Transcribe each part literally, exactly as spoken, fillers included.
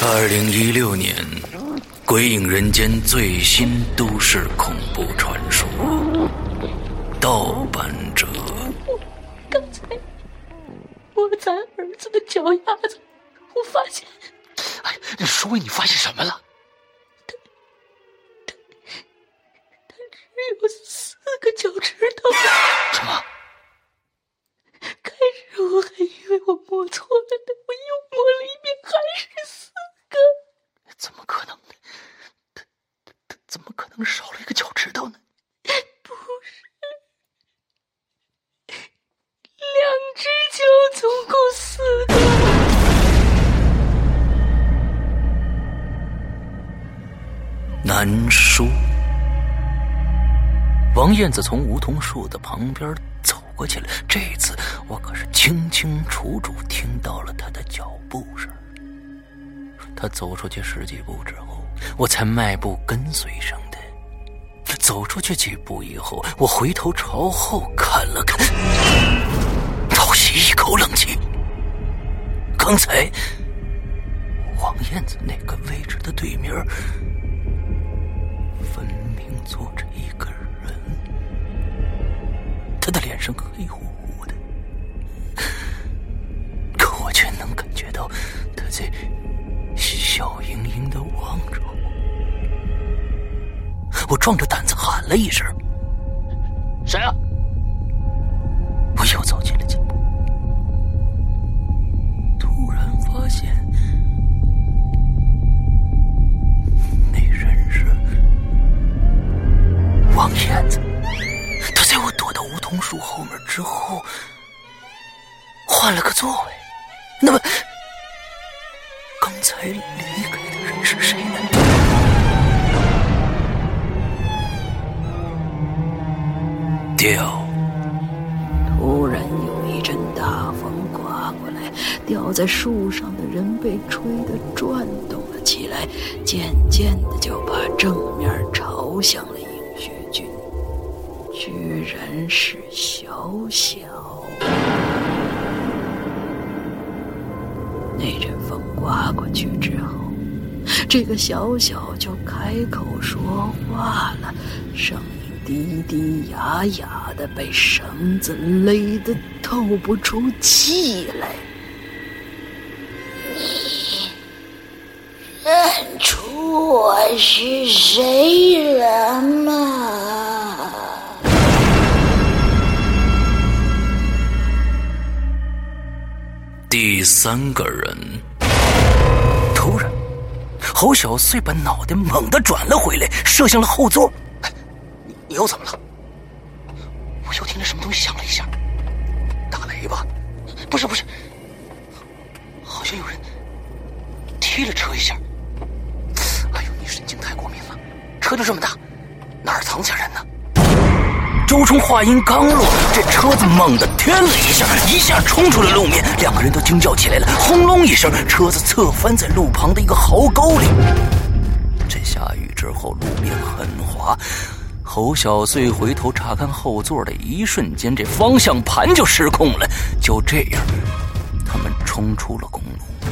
二零一六年，鬼影人间最新都市恐怖传说《盗版者》。 刚才我咱儿子的脚丫子，我发现…… 哎，你说你发现什么了？ 他他他只有四个脚趾头。 什么？ 开始我还以为我摸错了呢，我又摸了一遍，还是四个。 怎么可能呢？他他他怎么可能少了一个脚趾头呢？ 不是，两只脚总共四个。 难说。王燕子从梧桐树的旁边走过去了，这次我可是清清楚楚听到了他的脚步声。他走出去十几步之后，我才迈步跟随上的。走出去几步以后，我回头朝后看了看，倒吸一口冷气。刚才王燕子那个位置的对面分明坐着一个人，他的脸上黑乎乎的，可我却能感觉到他在笑盈盈地望着我。我壮着胆子喊了一声：“ 谁啊？” 我又走近了几步，突然发现那人是王燕子。他在我躲到梧桐树后面之后换了个座位。那么刚才离开的人是谁呢？掉。 突然有一阵大风刮过来，吊在树上的人被吹得转动了起来，渐渐的就把正面朝向了尹学军，居然是小小。那阵风刮过去之后，这个小小就开口说话了，声音低低哑哑的，被绳子勒得透不出气来。 你认出我是谁了吗？ 第三个人。突然侯小碎把脑袋猛地转了回来，射向了后座。 哎，你你又怎么了？我又听见什么东西响了一下。打雷吧？不是不是，好像有人踢了车一下。哎呦，你神经太过敏了，车就这么大，哪儿藏下人呢？ 周冲话音刚落，这车子猛地颠了一下，一下冲出了路面，两个人都惊叫起来了。轰隆一声，车子侧翻在路旁的一个壕沟里。这下雨之后路面很滑，侯小碎回头查看后座的一瞬间，这方向盘就失控了。就这样，他们冲出了公路。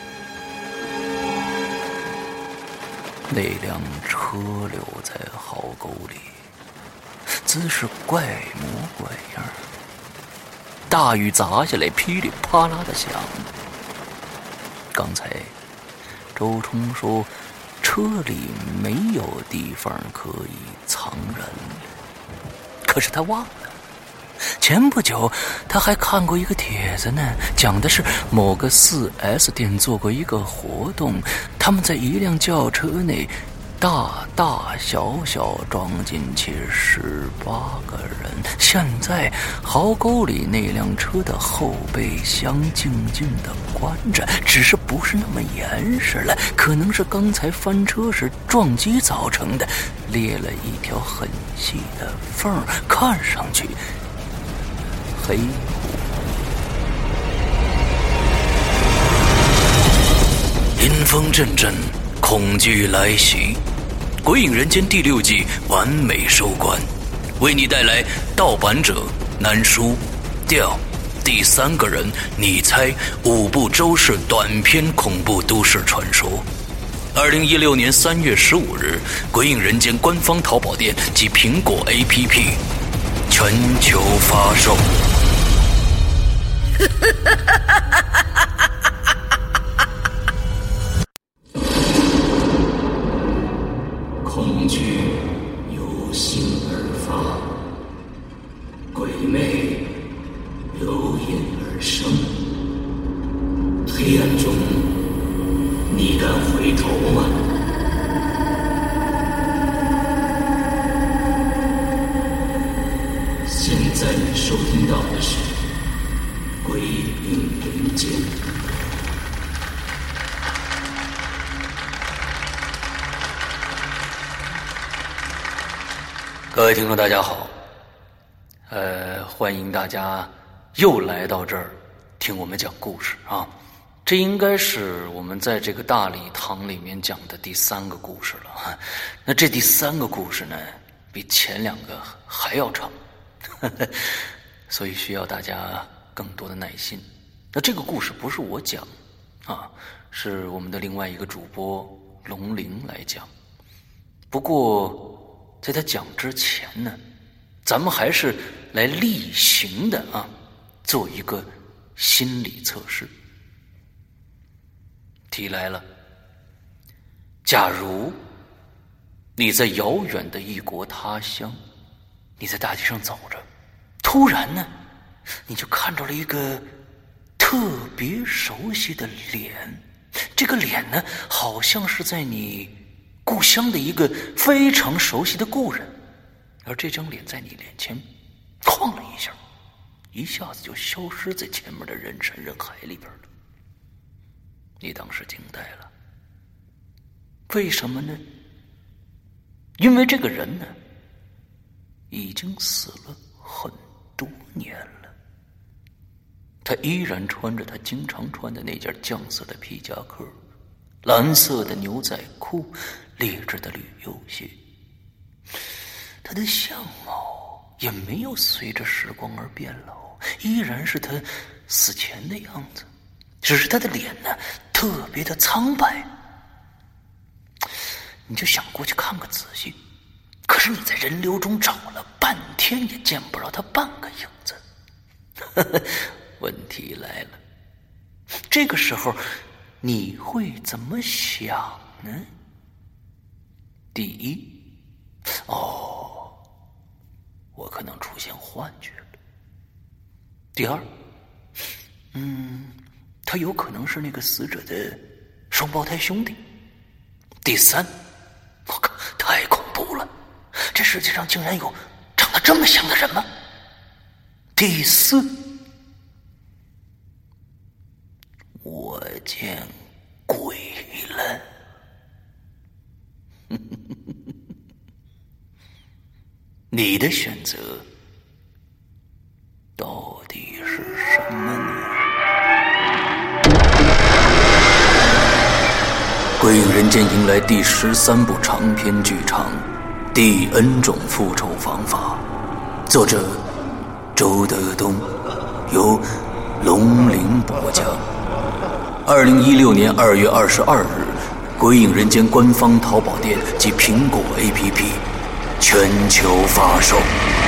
那辆车留在壕沟里，姿势怪模怪样，大雨砸下来，噼里啪啦的响。刚才周冲说车里没有地方可以藏人，可是他忘了，前不久他还看过一个帖子呢，讲的是某个 四 S 店做过一个活动，他们在一辆轿车内大大小小装进去十八个人。现在壕沟里那辆车的后备箱静静地关着，只是不是那么严实了，可能是刚才翻车时撞击造成的，裂了一条很细的缝，看上去黑乎。阴风阵阵，恐惧来袭，鬼影人间第六季完美收官，为你带来盗版者、难书、调第三个人，你猜五部周氏短篇恐怖都市传说。二零一六年三月十五日，鬼影人间官方淘宝店及苹果 A P P 全球发售。 恐惧由心而发，鬼魅由阴而生。黑暗中，你敢回头吗？现在你收听到的是《鬼影人间》。 各位听众大家好，呃，欢迎大家又来到这儿听我们讲故事啊。这应该是我们在这个大礼堂里面讲的第三个故事了。那这第三个故事呢，比前两个还要长，所以需要大家更多的耐心。那这个故事不是我讲啊，是我们的另外一个主播龙鳞来讲。不过在他讲之前呢，咱们还是来例行的啊，做一个心理测试。题来了，假如你在遥远的异国他乡，你在大街上走着，突然呢，你就看到了一个特别熟悉的脸。这个脸呢，好像是在你故乡的一个非常熟悉的故人，而这张脸在你脸前晃了一下，一下子就消失在前面的人山人海里边了。你当时惊呆了，为什么呢？因为这个人呢，已经死了很多年了。他依然穿着他经常穿的那件酱色的皮夹克，蓝色的牛仔裤，劣质的旅游鞋。他的相貌也没有随着时光而变老，依然是他死前的样子，只是他的脸呢，特别的苍白。你就想过去看个仔细，可是你在人流中找了半天也见不着他半个影子。问题来了，这个时候你会怎么想呢？第一，哦，我可能出现幻觉了。第二，嗯，他有可能是那个死者的双胞胎兄弟。第三，我靠，太恐怖了，这世界上竟然有长得这么像的人吗？第四，我见鬼了。你的选择到底是什么呢？鬼影人间迎来第十三部长篇剧场《第 N 种复仇方法》，作者周德东，由龙鳞播讲。二零一六年二月二十二日，鬼影人间官方淘宝店及苹果 A P P 全球发售。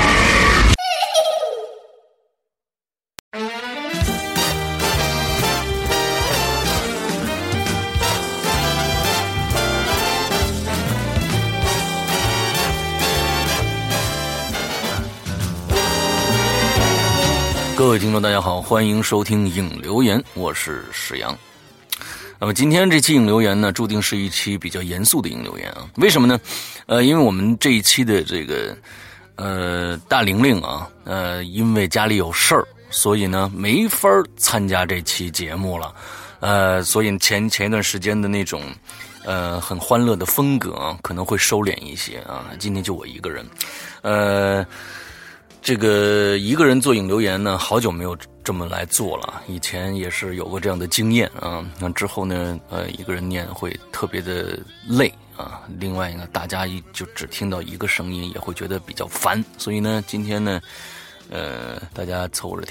各位听众大家好，欢迎收听影留言，我是史阳。那么今天这期影留言呢，注定是一期比较严肃的影留言啊。为什么呢？呃，因为我们这一期的这个呃大玲玲啊，呃，因为家里有事儿，所以呢没法参加这期节目了。呃，所以前前一段时间的那种呃很欢乐的风格啊，可能会收敛一些啊。今天就我一个人，呃。这个一个人做影留言呢，好久没有这么来做了。以前也是有过这样的经验啊。那之后呢，呃，一个人念会特别的累啊。另外呢，大家一就只听到一个声音，也会觉得比较烦。所以呢，今天呢，呃，大家凑合着听。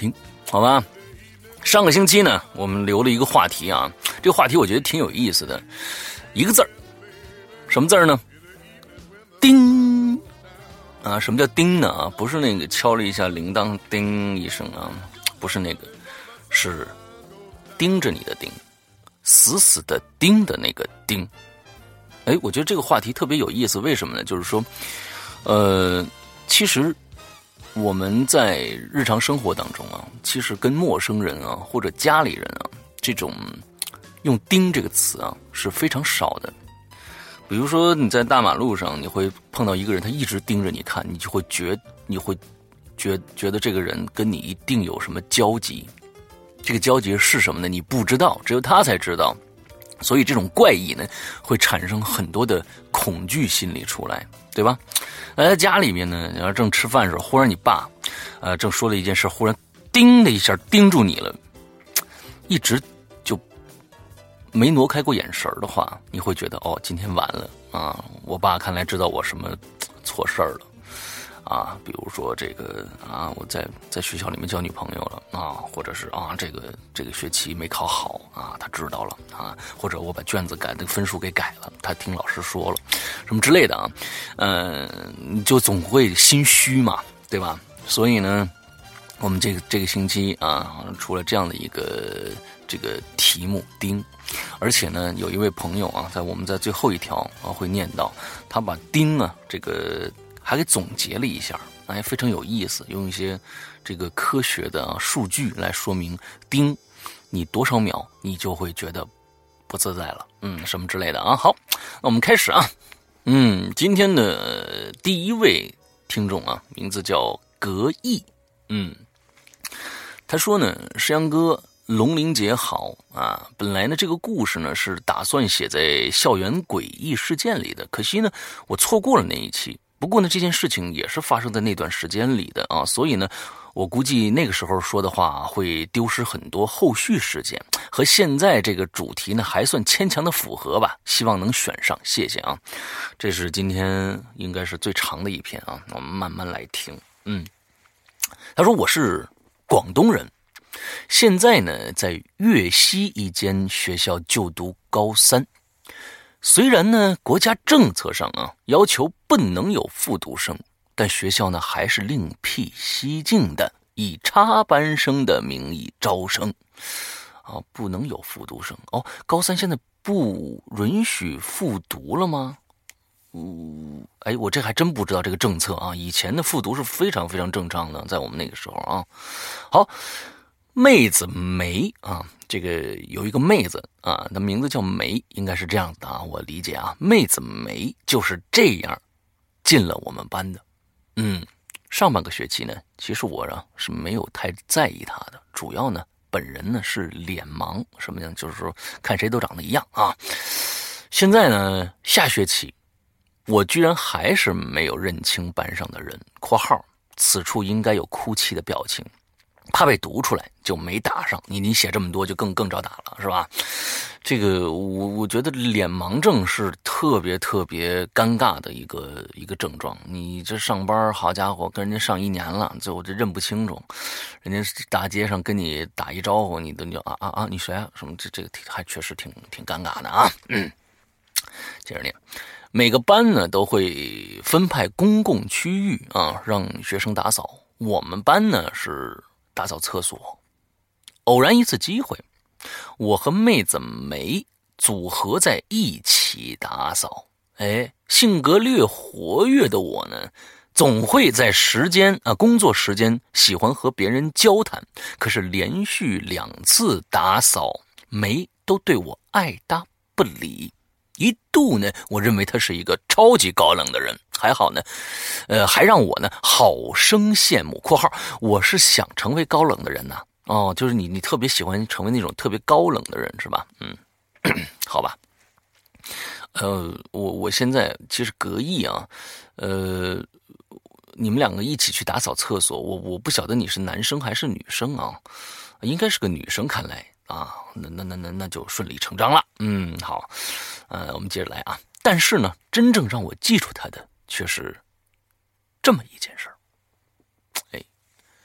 好吧？上个星期呢，我们留了一个话题啊，这个话题我觉得挺有意思的，一个字儿，什么字儿呢？叮啊！什么叫叮呢？啊，不是那个敲了一下铃铛叮一声啊，不是那个，是盯着你的盯，死死的盯的那个盯。哎，我觉得这个话题特别有意思，为什么呢？就是说，呃，其实我们在日常生活当中啊，其实跟陌生人啊或者家里人啊，这种用“盯”这个词啊是非常少的。比如说你在大马路上，你会碰到一个人，他一直盯着你看，你就会觉你会觉觉得这个人跟你一定有什么交集。这个交集是什么呢？你不知道，只有他才知道。所以这种怪异呢，会产生很多的恐惧心理出来，对吧？那在家里面呢，你要正吃饭的时候，忽然你爸，呃，正说了一件事，忽然叮的一下盯住你了，一直就没挪开过眼神的话，你会觉得哦，今天完了啊！我爸看来知道我什么错事儿了。啊，比如说这个啊，我在在学校里面交女朋友了啊，或者是啊，这个这个学期没考好啊，他知道了啊，或者我把卷子改的分数给改了，他听老师说了，什么之类的啊，嗯、呃，你就总会心虚嘛，对吧？所以呢，我们这个这个星期啊，出了这样的一个这个题目钉，而且呢，有一位朋友啊，在我们在最后一条啊会念到，他把钉啊这个。还给总结了一下，哎，非常有意思，用一些这个科学的、啊、数据来说明叮你多少秒，你就会觉得不自在了，嗯，什么之类的啊。好，那我们开始啊，嗯，今天的第一位听众啊，名字叫格义，嗯，他说呢，石阳哥。龙玲姐好啊！本来呢，这个故事呢是打算写在校园诡异事件里的，可惜呢，我错过了那一期。不过呢，这件事情也是发生在那段时间里的啊，所以呢，我估计那个时候说的话会丢失很多后续事件，和现在这个主题呢还算牵强的符合吧。希望能选上，谢谢啊！这是今天应该是最长的一篇啊，我们慢慢来听。嗯，他说我是广东人。现在呢，在粤西一间学校就读高三。虽然呢，国家政策上啊要求不能有复读生，但学校呢还是另辟蹊径的，以插班生的名义招生。啊，不能有复读生哦。高三现在不允许复读了吗？嗯，哎，我这还真不知道这个政策啊。以前的复读是非常非常正常的，在我们那个时候啊。好。妹子梅啊，这个有一个妹子啊，她名字叫梅，应该是这样的啊，我理解啊，妹子梅就是这样进了我们班的。嗯，上半个学期呢，其实我啊是没有太在意她的，主要呢，本人呢是脸盲，什么呢？就是说看谁都长得一样啊。现在呢，下学期我居然还是没有认清班上的人（括号此处应该有哭泣的表情）。怕被读出来就没打上你，你写这么多就更更找打了，是吧？这个我我觉得脸盲症是特别特别尴尬的一个一个症状。你这上班，好家伙，跟人家上一年了，最后就认不清楚，人家大街上跟你打一招呼，你都就啊啊啊，你谁啊？什么这这个还确实挺挺尴尬的啊。嗯，接着念。每个班呢都会分派公共区域啊，让学生打扫。我们班呢是。打扫厕所，偶然一次机会，我和妹子梅组合在一起打扫。哎，性格略活跃的我呢，总会在时间啊工作时间喜欢和别人交谈。可是连续两次打扫，梅都对我爱答不理。一度呢，我认为他是一个超级高冷的人，还好呢，呃，还让我呢好生羡慕。（括号我是想成为高冷的人呐、啊，哦，就是你，你特别喜欢成为那种特别高冷的人是吧？嗯，好吧。呃，我我现在其实隔意啊，呃，你们两个一起去打扫厕所，我我不晓得你是男生还是女生啊，应该是个女生，看来。啊，那那那那那就顺理成章了。嗯，好，呃，我们接着来啊。但是呢，真正让我记住他的却是这么一件事儿。哎，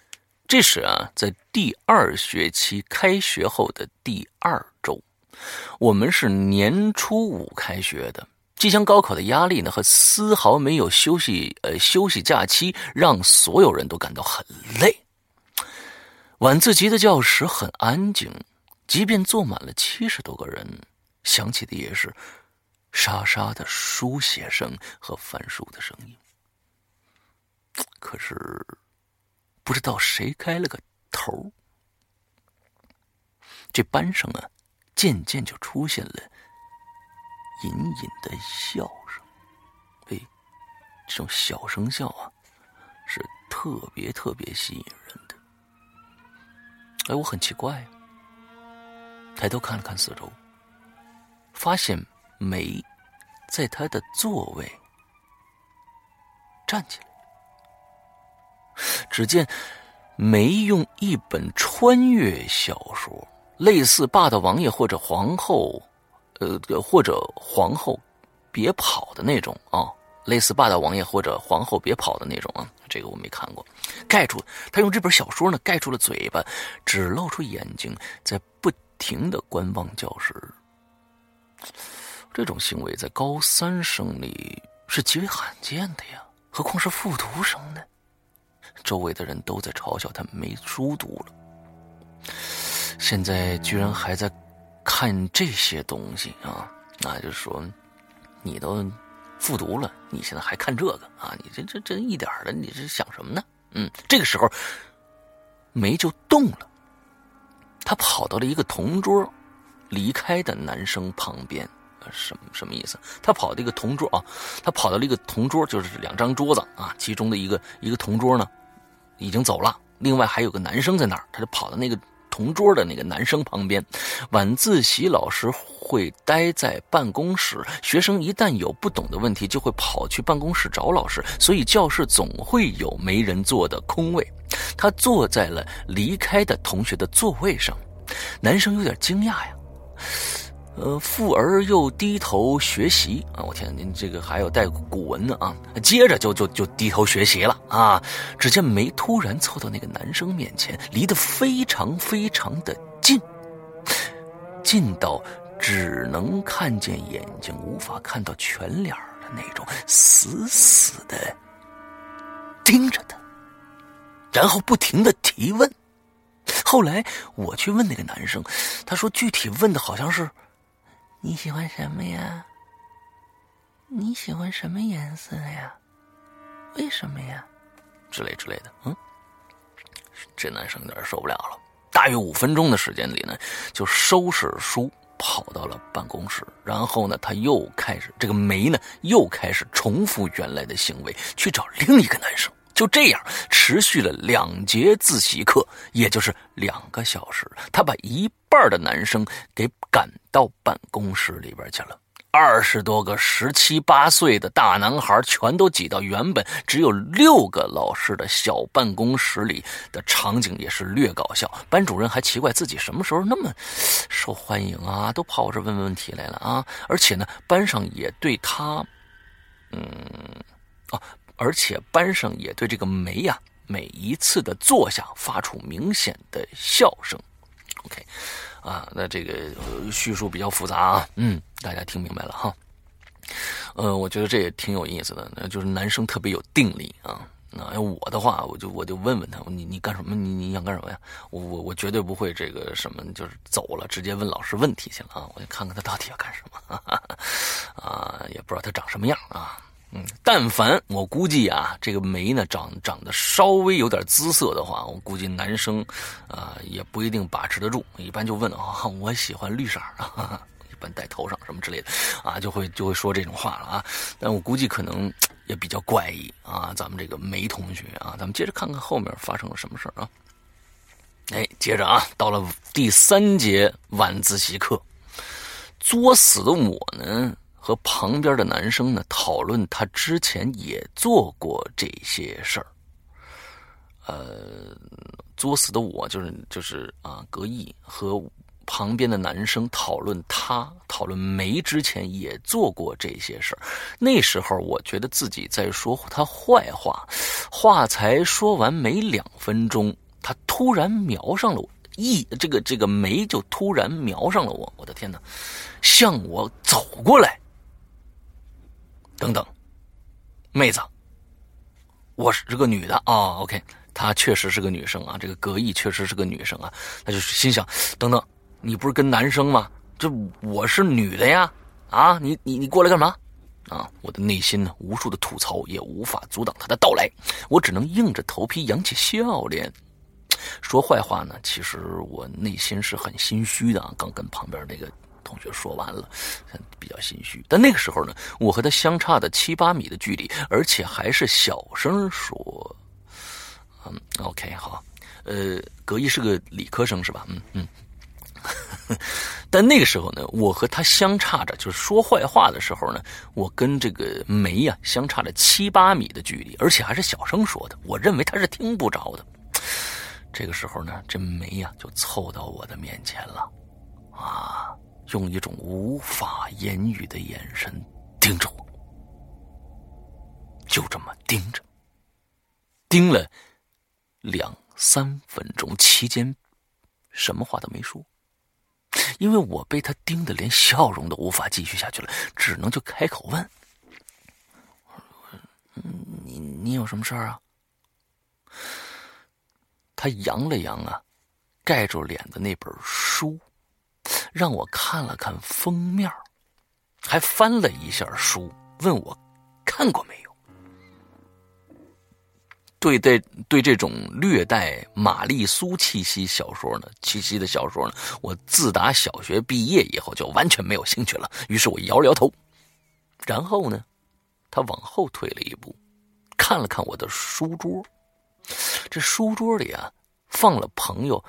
这时啊，在第二学期开学后的第二周，我们是年初五开学的。即将高考的压力呢，和丝毫没有休息呃休息假期，让所有人都感到很累。晚自习的教室很安静，即便坐满了七十多个人，响起的也是沙沙的书写声和翻书的声音。可是不知道谁开了个头，这班上啊，渐渐就出现了隐隐的笑声。哎，这种小声笑啊，是特别特别吸引人的。哎，我很奇怪啊，抬头看了看四周，发现梅在她的座位站起来。只见梅用一本穿越小说，类似《霸道王爷》或者皇后呃，或者皇后别跑的那种啊，类似霸道王爷或者皇后别跑的那种啊，这个我没看过。盖住他用这本小说呢盖住了嘴巴，只露出眼睛，在不停地观望教室。这种行为在高三生里是极为罕见的呀，何况是复读生呢？周围的人都在嘲笑他没书读了，现在居然还在看这些东西啊！那就是说，你都复读了，你现在还看这个啊？你这这这一点的，你是想什么呢？嗯，这个时候梅就动了，他跑到了一个同桌离开的男生旁边。什么什么意思？他跑到一个同桌啊，他跑到了一个同桌，就是两张桌子啊，其中的一个一个同桌呢已经走了，另外还有个男生在那儿，他就跑到那个同桌的那个男生旁边。晚自习老师会待在办公室，学生一旦有不懂的问题就会跑去办公室找老师，所以教室总会有没人坐的空位。他坐在了离开的同学的座位上，男生有点惊讶呀，呃，复而又低头学习啊！我天，您这个还有带古文呢啊！接着就就就低头学习了啊！只见梅突然凑到那个男生面前，离得非常非常的近，近到只能看见眼睛，无法看到全脸的那种，死死的盯着他，然后不停的提问。后来我去问那个男生，他说具体问的好像是，你喜欢什么呀？你喜欢什么颜色呀？为什么呀？之类之类的。嗯，这男生有点受不了了。大约五分钟的时间里呢，就收拾书跑到了办公室，然后呢，他又开始这个梅呢又开始重复原来的行为，去找另一个男生。就这样持续了两节自习课，也就是两个小时。他把一半的男生给赶到办公室里边去了。二十多个十七八岁的大男孩全都挤到原本只有六个老师的小办公室里的场景也是略搞笑。班主任还奇怪自己什么时候那么受欢迎啊，都跑我这问问题来了啊！而且呢，班上也对他，嗯，哦。而且班上也对这个梅呀、啊，每一次的坐下发出明显的笑声。OK， 啊，那这个、呃、叙述比较复杂啊，嗯，大家听明白了哈。呃，我觉得这也挺有意思的，就是男生特别有定力啊。那要我的话，我就我就问问他，你你干什么？你你想干什么呀？我我我绝对不会这个什么，就是走了直接问老师问题去了啊！我就看看他到底要干什么，哈哈啊，也不知道他长什么样啊。嗯，但凡我估计啊，这个梅呢长长得稍微有点姿色的话，我估计男生啊、呃、也不一定把持得住，一般就问啊、哦，我喜欢绿色啊，一般戴头上什么之类的啊，就会就会说这种话了啊。但我估计可能也比较怪异啊，咱们这个梅同学啊，咱们接着看看后面发生了什么事啊。哎，接着啊，到了第三节晚自习课，作死的我呢。和旁边的男生呢讨论他之前也做过这些事儿，呃，作死的我就是就是啊，格义和旁边的男生讨论他讨论梅之前也做过这些事儿。那时候我觉得自己在说他坏话，话才说完没两分钟， 他突然瞄上了我，一这个这个眉就突然瞄上了我，我的天哪，向我走过来。等等，妹子，我是个女的啊 ，OK， 她确实是个女生啊，这个葛毅确实是个女生啊，她就心想，等等，你不是跟男生吗？这我是女的呀，啊，你你你过来干嘛？啊！我的内心呢，无数的吐槽也无法阻挡他的到来，我只能硬着头皮扬起笑脸。说坏话呢，其实我内心是很心虚的啊。刚跟旁边那个同学说完了，比较心虚。但那个时候呢，我和他相差的七八米的距离，而且还是小声说：“嗯 ，OK， 好，呃，葛毅是个理科生是吧？嗯嗯。”但那个时候呢，我和他相差着，就是说坏话的时候呢，我跟这个梅呀、啊、相差了七八米的距离，而且还是小声说的，我认为他是听不着的。这个时候呢，这梅呀、啊、就凑到我的面前了，啊，用一种无法言语的眼神盯着我，就这么盯着，盯了两三分钟，期间什么话都没说。因为我被他盯得连笑容都无法继续下去了，只能就开口问：“你你有什么事儿啊？”他扬了扬啊，盖住脸的那本书，让我看了看封面，还翻了一下书，问我看过没有。对对对，这种略带玛丽苏气息小说呢，气息的小说呢，我自打小学毕业以后就完全没有兴趣了。于是我摇了摇头，然后呢，他往后退了一步，看了看我的书桌，这书桌里啊，放了朋友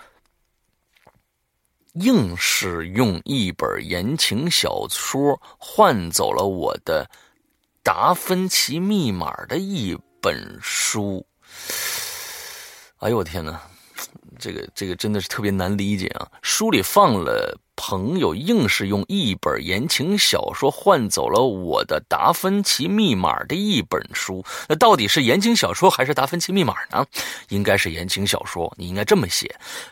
硬是用一本言情小说换走了我的达芬奇密码的一本书。哎呦我天哪，这个这个真的是特别难理解啊！书里放了朋友硬是用一本言情小说换走了我的达芬奇密码的一本书，那到底是言情小说还是达芬奇密码呢？应该是言情小说，你应该这么写。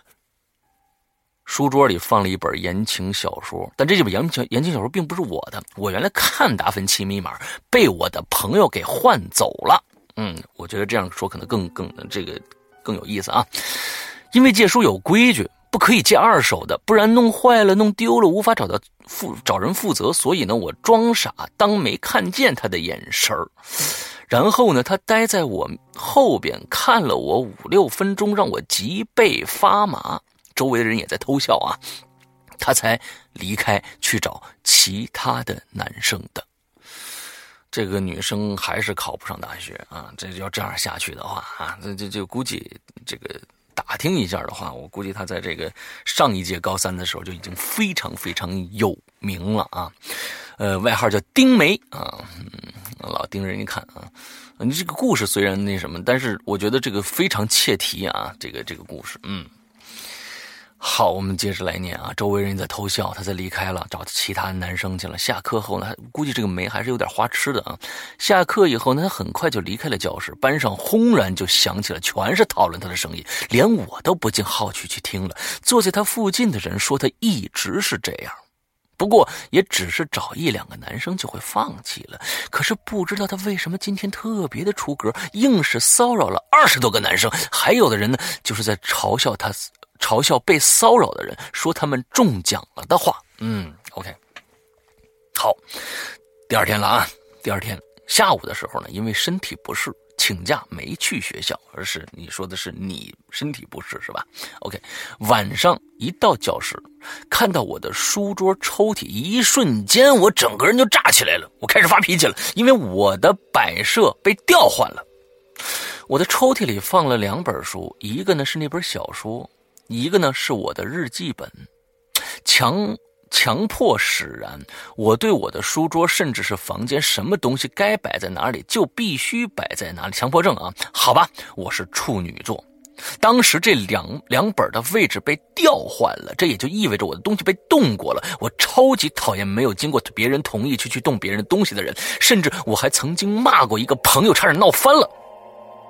书桌里放了一本言情小说，但这本言情言情小说并不是我的，我原来看达芬奇密码被我的朋友给换走了。嗯，我觉得这样说可能更更这个更有意思啊。因为借书有规矩，不可以借二手的，不然弄坏了弄丢了无法找到负找人负责，所以呢我装傻当没看见他的眼神儿。然后呢他待在我后边看了我五六分钟，让我脊背发麻，周围的人也在偷笑啊，他才离开去找其他的男生的。这个女生还是考不上大学啊！这要这样下去的话啊，这这就估计这个打听一下的话，我估计她在这个上一届高三的时候就已经非常非常有名了啊。呃，外号叫丁梅啊，嗯，老盯人一看啊。你这个故事虽然那什么，但是我觉得这个非常切题啊，这个这个故事，嗯。好，我们接着来念啊。周围人在偷笑，他才离开了，找其他男生去了。下课后呢，估计这个梅还是有点花痴的啊。下课以后呢，他很快就离开了教室，班上轰然就响起了全是讨论他的声音，连我都不禁好奇去听了。坐在他附近的人说他一直是这样，不过也只是找一两个男生就会放弃了。可是不知道他为什么今天特别的出格，硬是骚扰了二十多个男生，还有的人呢，就是在嘲笑他。嘲笑被骚扰的人，说他们中奖了的话。嗯 OK 好，第二天了啊。第二天下午的时候呢，因为身体不适请假没去学校，而是你说的是你身体不适是吧？ OK 晚上一到教室，看到我的书桌抽屉，一瞬间我整个人就炸起来了，我开始发脾气了，因为我的摆设被调换了。我的抽屉里放了两本书，一个呢是那本小说，一个呢是我的日记本。强强迫使然，我对我的书桌甚至是房间什么东西该摆在哪里就必须摆在哪里，强迫症啊！好吧，我是处女座。当时这两两本的位置被调换了，这也就意味着我的东西被动过了。我超级讨厌没有经过别人同意去去动别人东西的人，甚至我还曾经骂过一个朋友，差点闹翻了。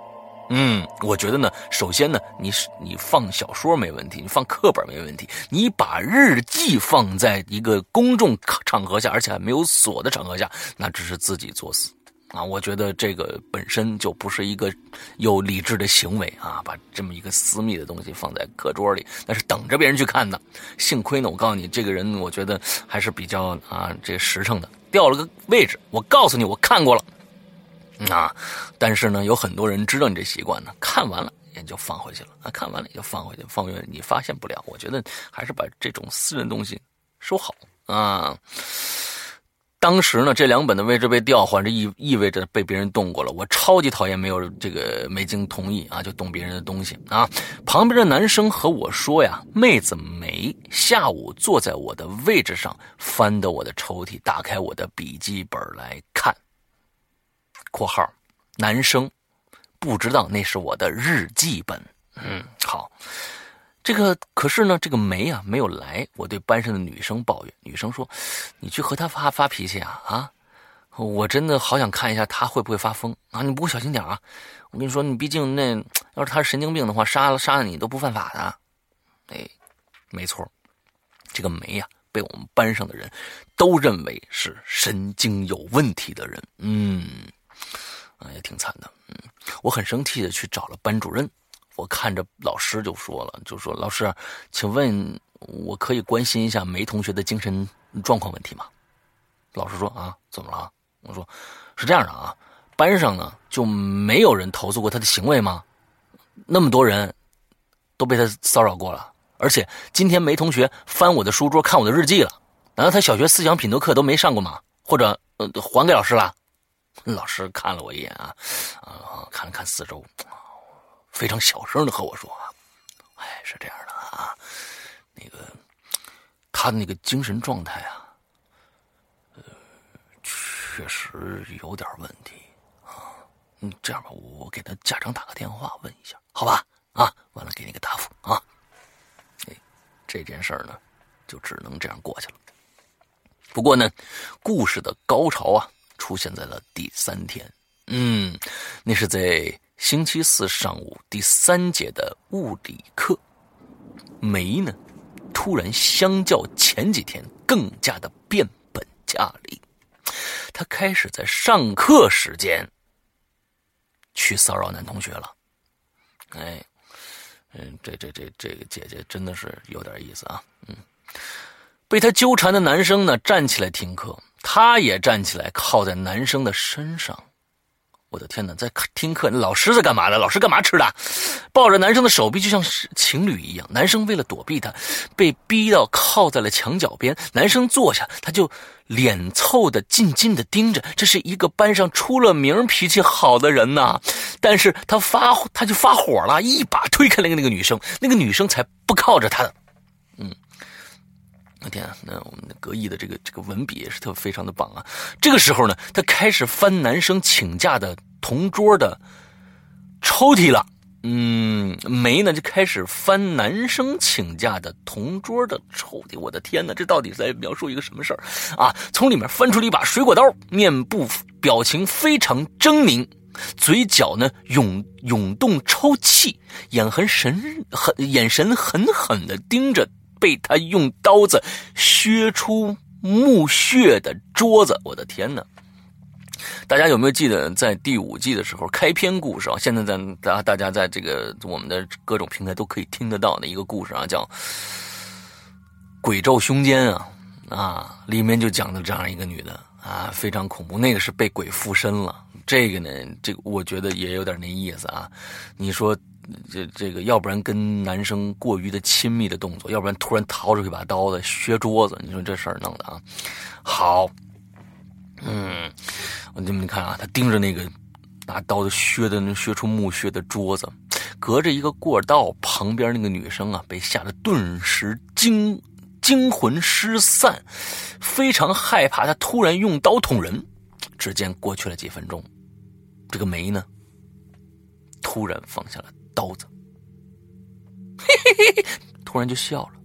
嗯，我觉得呢，首先呢，你你放小说没问题，你放课本没问题，你把日记放在一个公众场合下，而且还没有锁的场合下，那只是自己作死啊！我觉得这个本身就不是一个有理智的行为啊，把这么一个私密的东西放在课桌里，那是等着别人去看的。幸亏呢，我告诉你，这个人我觉得还是比较啊这实诚的，调了个位置，我告诉你，我看过了。啊，但是呢，有很多人知道你这习惯呢，看完了也就放回去了啊，看完了也就放回去，放回去你发现不了。我觉得还是把这种私人东西收好啊。当时呢，这两本的位置被调换，这意意味着被别人动过了。我超级讨厌没有这个没经同意啊就动别人的东西啊。旁边的男生和我说呀，妹子梅下午坐在我的位置上，翻到我的抽屉，打开我的笔记本来看。括号，男生不知道那是我的日记本。嗯，好，这个可是呢，这个梅啊没有来。我对班上的女生抱怨，女生说：“你去和他发发脾气啊啊！我真的好想看一下他会不会发疯啊！你不过小心点啊！我跟你说，你毕竟那要是他是神经病的话，杀了杀了你都不犯法的。”哎，没错，这个梅呀、啊，被我们班上的人都认为是神经有问题的人。嗯。啊，也挺惨的，嗯，我很生气的去找了班主任，我看着老师就说了，就说老师，请问我可以关心一下梅同学的精神状况问题吗？老师说啊，怎么了？我说是这样的啊，班上呢就没有人投诉过他的行为吗？那么多人都被他骚扰过了，而且今天梅同学翻我的书桌看我的日记了，难道他小学思想品德课都没上过吗？或者呃还给老师了？老师看了我一眼啊，啊，看了看四周，非常小声的和我说啊，哎，是这样的啊，那个他的那个精神状态啊，呃，确实有点问题啊。嗯，这样吧，我给他家长打个电话问一下，好吧？啊，完了给你个答复啊。哎，这件事儿呢，就只能这样过去了。不过呢，故事的高潮啊。出现在了第三天，嗯，那是在星期四上午第三节的物理课。梅呢，突然相较前几天更加的变本加厉，她开始在上课时间去骚扰男同学了。哎，嗯，这这这这个姐姐真的是有点意思啊，嗯。被他纠缠的男生呢，站起来听课，他也站起来靠在男生的身上。我的天哪，在听课，老师在干嘛呢？老师干嘛吃的？抱着男生的手臂就像是情侣一样。男生为了躲避他，被逼到靠在了墙角边。男生坐下，他就脸凑的近近的盯着。这是一个班上出了名脾气好的人呐，但是他发他就发火了，一把推开了那个女生，那个女生才不靠着他的。嗯。天啊，那我们的格义的这个这个文笔也是特非常的棒啊！这个时候呢，他开始翻男生请假的同桌的抽屉了。嗯，梅呢就开始翻男生请假的同桌的抽屉。我的天哪，这到底在描述一个什么事儿啊？从里面翻出了一把水果刀，面部表情非常狰狞，嘴角呢涌涌动抽泣，眼痕神很眼神狠狠地盯着被他用刀子削出木屑的桌子。我的天哪！大家有没有记得在第五季的时候开篇故事啊？现在在大大家在这个我们的各种平台都可以听得到的一个故事啊，叫《鬼咒凶间》啊啊，里面就讲的这样一个女的啊，非常恐怖。那个是被鬼附身了。这个呢，这个我觉得也有点那意思啊。你说这这个，要不然跟男生过于的亲密的动作，要不然突然掏出一把刀子削桌子，你说这事儿弄的啊。好，嗯，你们看啊，他盯着那个拿刀子削的那削出木屑的桌子，隔着一个过道，旁边那个女生啊，被吓得顿时惊惊魂失散，非常害怕，她突然用刀捅人。只见过去了几分钟，这个梅呢，突然放下了刀子，嘿嘿嘿，突然就笑了，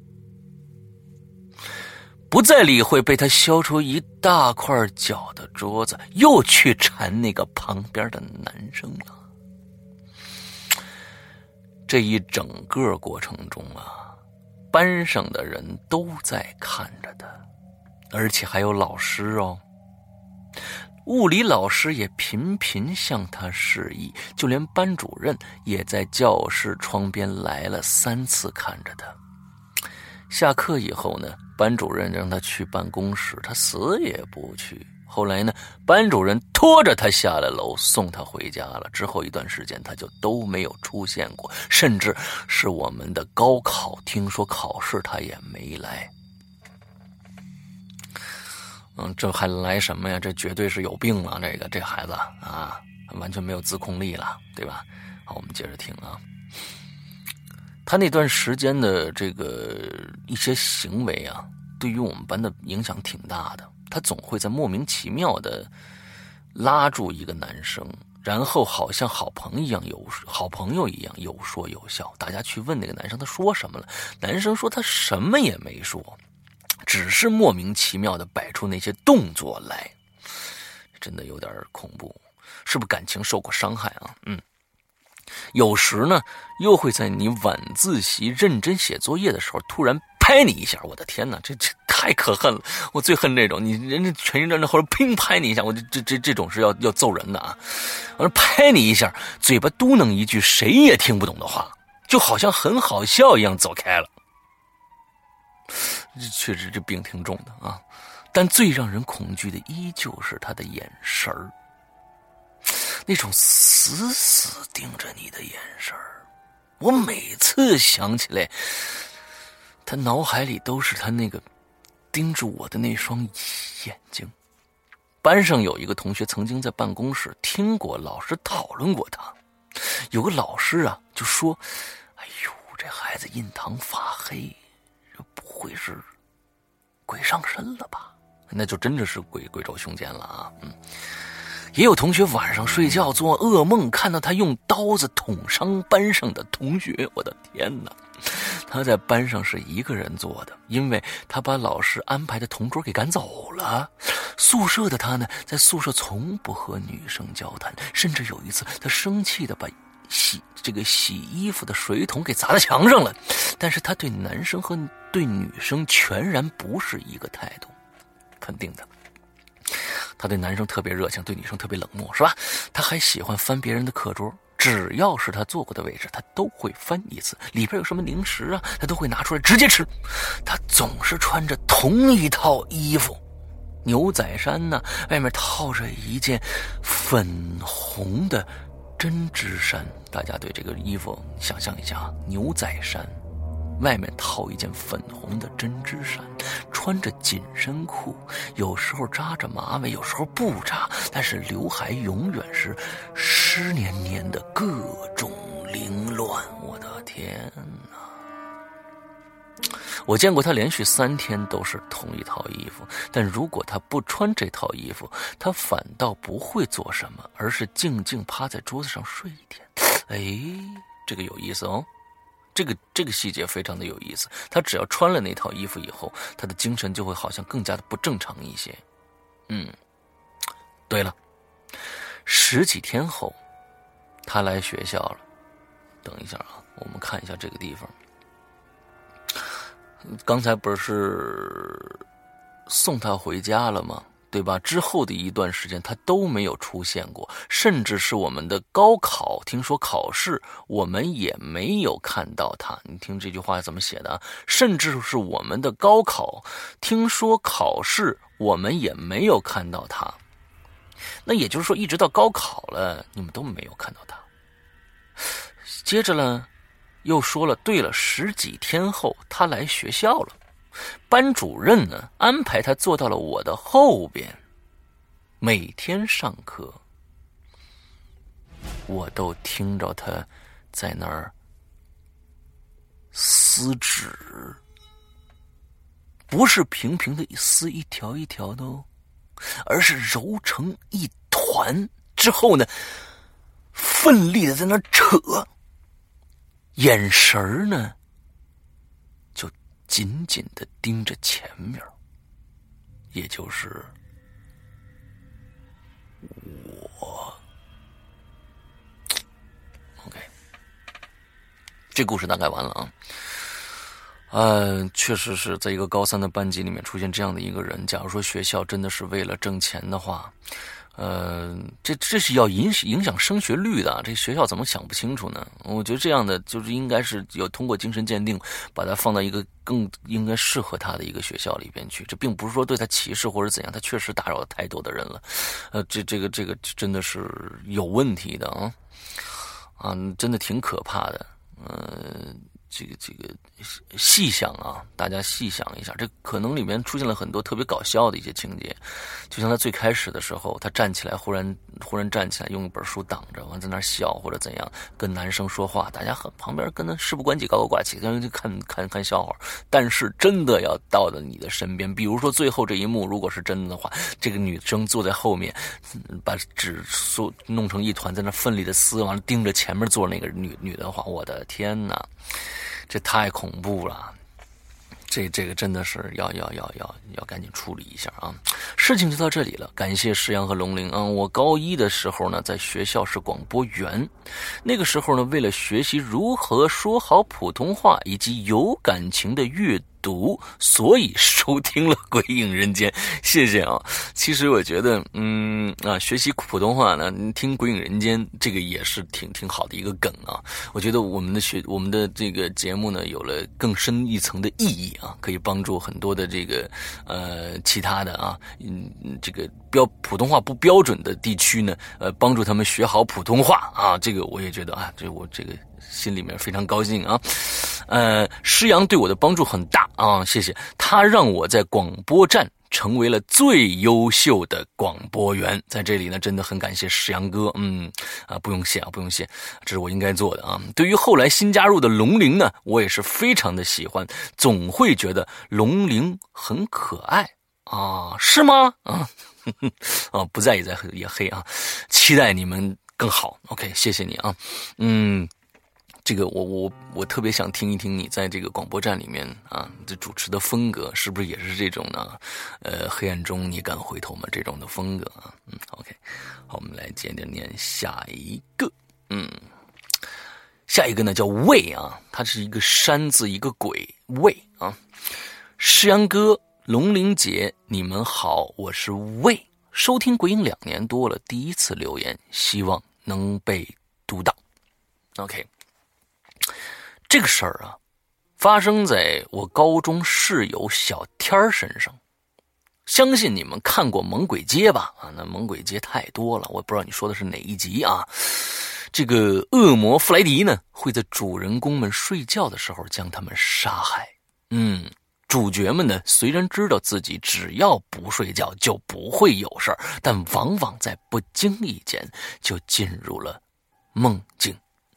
不再理会被他削出一大块角的桌子，又去缠那个旁边的男生了。 这一整个过程中啊，班上的人都在看着他，而且还有老师哦。物理老师也频频向他示意，就连班主任也在教室窗边来了三次看着他。下课以后呢，班主任让他去办公室，他死也不去。后来呢，班主任拖着他下了楼，送他回家了。之后一段时间他就都没有出现过，甚至是我们的高考，听说考试他也没来。嗯，这还来什么呀？这绝对是有病了，这个这孩子啊，完全没有自控力了，对吧？好，我们接着听啊。他那段时间的这个一些行为啊，对于我们班的影响挺大的。他总会在莫名其妙的拉住一个男生，然后好像好朋友一样有好朋友一样有说有笑。大家去问那个男生他说什么了，男生说他什么也没说，只是莫名其妙的摆出那些动作来，真的有点恐怖。是不是感情受过伤害啊？嗯。有时呢，又会在你晚自习认真写作业的时候，突然拍你一下。我的天哪，这这太可恨了！我最恨这种，你人家全心真的后来砰拍你一下，我这这这这种是要要揍人的啊！我说拍你一下，嘴巴嘟囔一句谁也听不懂的话，就好像很好笑一样走开了。这确实这病挺重的啊！但最让人恐惧的依旧是他的眼神儿。那种死死盯着你的眼神儿，我每次想起来，他脑海里都是他那个盯着我的那双眼睛。班上有一个同学曾经在办公室听过老师讨论过他，有个老师啊就说：“哎呦，这孩子印堂发黑，这不会是鬼上身了吧？”那就真的是鬼鬼肘胸间了啊！嗯。也有同学晚上睡觉做噩梦，看到他用刀子捅伤班上的同学。我的天哪！他在班上是一个人做的，因为他把老师安排的同桌给赶走了。宿舍的他呢，在宿舍从不和女生交谈，甚至有一次他生气的把洗这个洗衣服的水桶给砸在墙上了。但是他对男生和对女生全然不是一个态度，肯定的。他对男生特别热情，对女生特别冷漠，是吧？他还喜欢翻别人的课桌，只要是他坐过的位置，他都会翻一次。里边有什么零食啊，他都会拿出来直接吃。他总是穿着同一套衣服，牛仔衫呢，外面套着一件粉红的针织衫。大家对这个衣服想象一下，牛仔衫外面套一件粉红的针织衫，穿着紧身裤，有时候扎着马尾，有时候不扎，但是刘海永远是湿黏黏的，各种凌乱。我的天哪！我见过他连续三天都是同一套衣服，但如果他不穿这套衣服，他反倒不会做什么，而是静静趴在桌子上睡一天。哎，这个有意思哦。这个这个细节非常的有意思，他只要穿了那套衣服以后，他的精神就会好像更加的不正常一些。嗯，对了，十几天后，他来学校了。等一下啊，我们看一下这个地方。刚才不是送他回家了吗？对吧？之后的一段时间他都没有出现过，甚至是我们的高考，听说考试我们也没有看到他。你听这句话怎么写的啊？甚至是我们的高考，听说考试我们也没有看到他。那也就是说，一直到高考了，你们都没有看到他。接着呢，又说了，对了，十几天后他来学校了。班主任呢，安排他坐到了我的后边，每天上课，我都听着他在那儿撕纸，不是平平的撕一条一条的哦，而是揉成一团之后呢，奋力的在那儿扯，眼神呢紧紧地盯着前面，也就是我。OK， 这故事大概完了啊。呃，确实是在一个高三的班级里面出现这样的一个人。假如说学校真的是为了挣钱的话，呃，这这是要影影响升学率的，这学校怎么想不清楚呢？我觉得这样的就是应该是有通过精神鉴定，把它放到一个更应该适合他的一个学校里边去。这并不是说对他歧视或者怎样，他确实打扰了太多的人了。呃，这这个这个真的是有问题的啊，啊，真的挺可怕的。呃。这个这个细想啊，大家细想一下，这可能里面出现了很多特别搞笑的一些情节，就像他最开始的时候，他站起来，忽然忽然站起来，用一本书挡着，完在那儿笑或者怎样，跟男生说话，大家很旁边跟他事不关己高高挂起，跟就看看看笑话。但是真的要到了你的身边，比如说最后这一幕，如果是真的话，这个女生坐在后面，把纸梳弄成一团，在那奋力的撕，完了盯着前面坐那个女女的话，我的天哪！这太恐怖了，这这个真的是要要要要要赶紧处理一下啊！事情就到这里了，感谢石阳和龙鳞啊！我高一的时候呢，在学校是广播员，那个时候呢，为了学习如何说好普通话以及有感情的阅读，所以收听了《鬼影人间》，谢谢啊！其实我觉得，嗯啊，学习普通话呢，听《鬼影人间》这个也是挺挺好的一个梗啊。我觉得我们的学我们的这个节目呢，有了更深一层的意义啊，可以帮助很多的这个呃其他的啊，嗯，这个标普通话不标准的地区呢，呃，帮助他们学好普通话啊。这个我也觉得啊，这我这个心里面非常高兴啊。呃，施阳对我的帮助很大啊，谢谢他，让我在广播站成为了最优秀的广播员。在这里呢，真的很感谢施阳哥，嗯啊，不用谢啊，不用谢，这是我应该做的啊。对于后来新加入的龙鳞呢，我也是非常的喜欢，总会觉得龙鳞很可爱啊，是吗？啊，呵呵啊，不在意再也黑啊，期待你们更好。OK， 谢谢你啊，嗯。这个我我我特别想听一听你在这个广播站里面啊，这主持的风格是不是也是这种呢？呃，黑暗中你敢回头吗？这种的风格啊，嗯 ，OK， 好，我们来接着念下一个，嗯，下一个呢叫魏啊，它是一个山字一个鬼魏啊，施阳哥、龙鳞姐，你们好，我是魏，收听鬼影两年多了，第一次留言，希望能被读到 ，OK。这个事儿啊，发生在我高中室友小天儿身上。相信你们看过《猛鬼街》吧？啊，那《猛鬼街》太多了，我不知道你说的是哪一集啊？这个恶魔弗莱迪呢，会在主人公们睡觉的时候将他们杀害。嗯，主角们呢，虽然知道自己只要不睡觉就不会有事儿，但往往在不经意间就进入了梦境。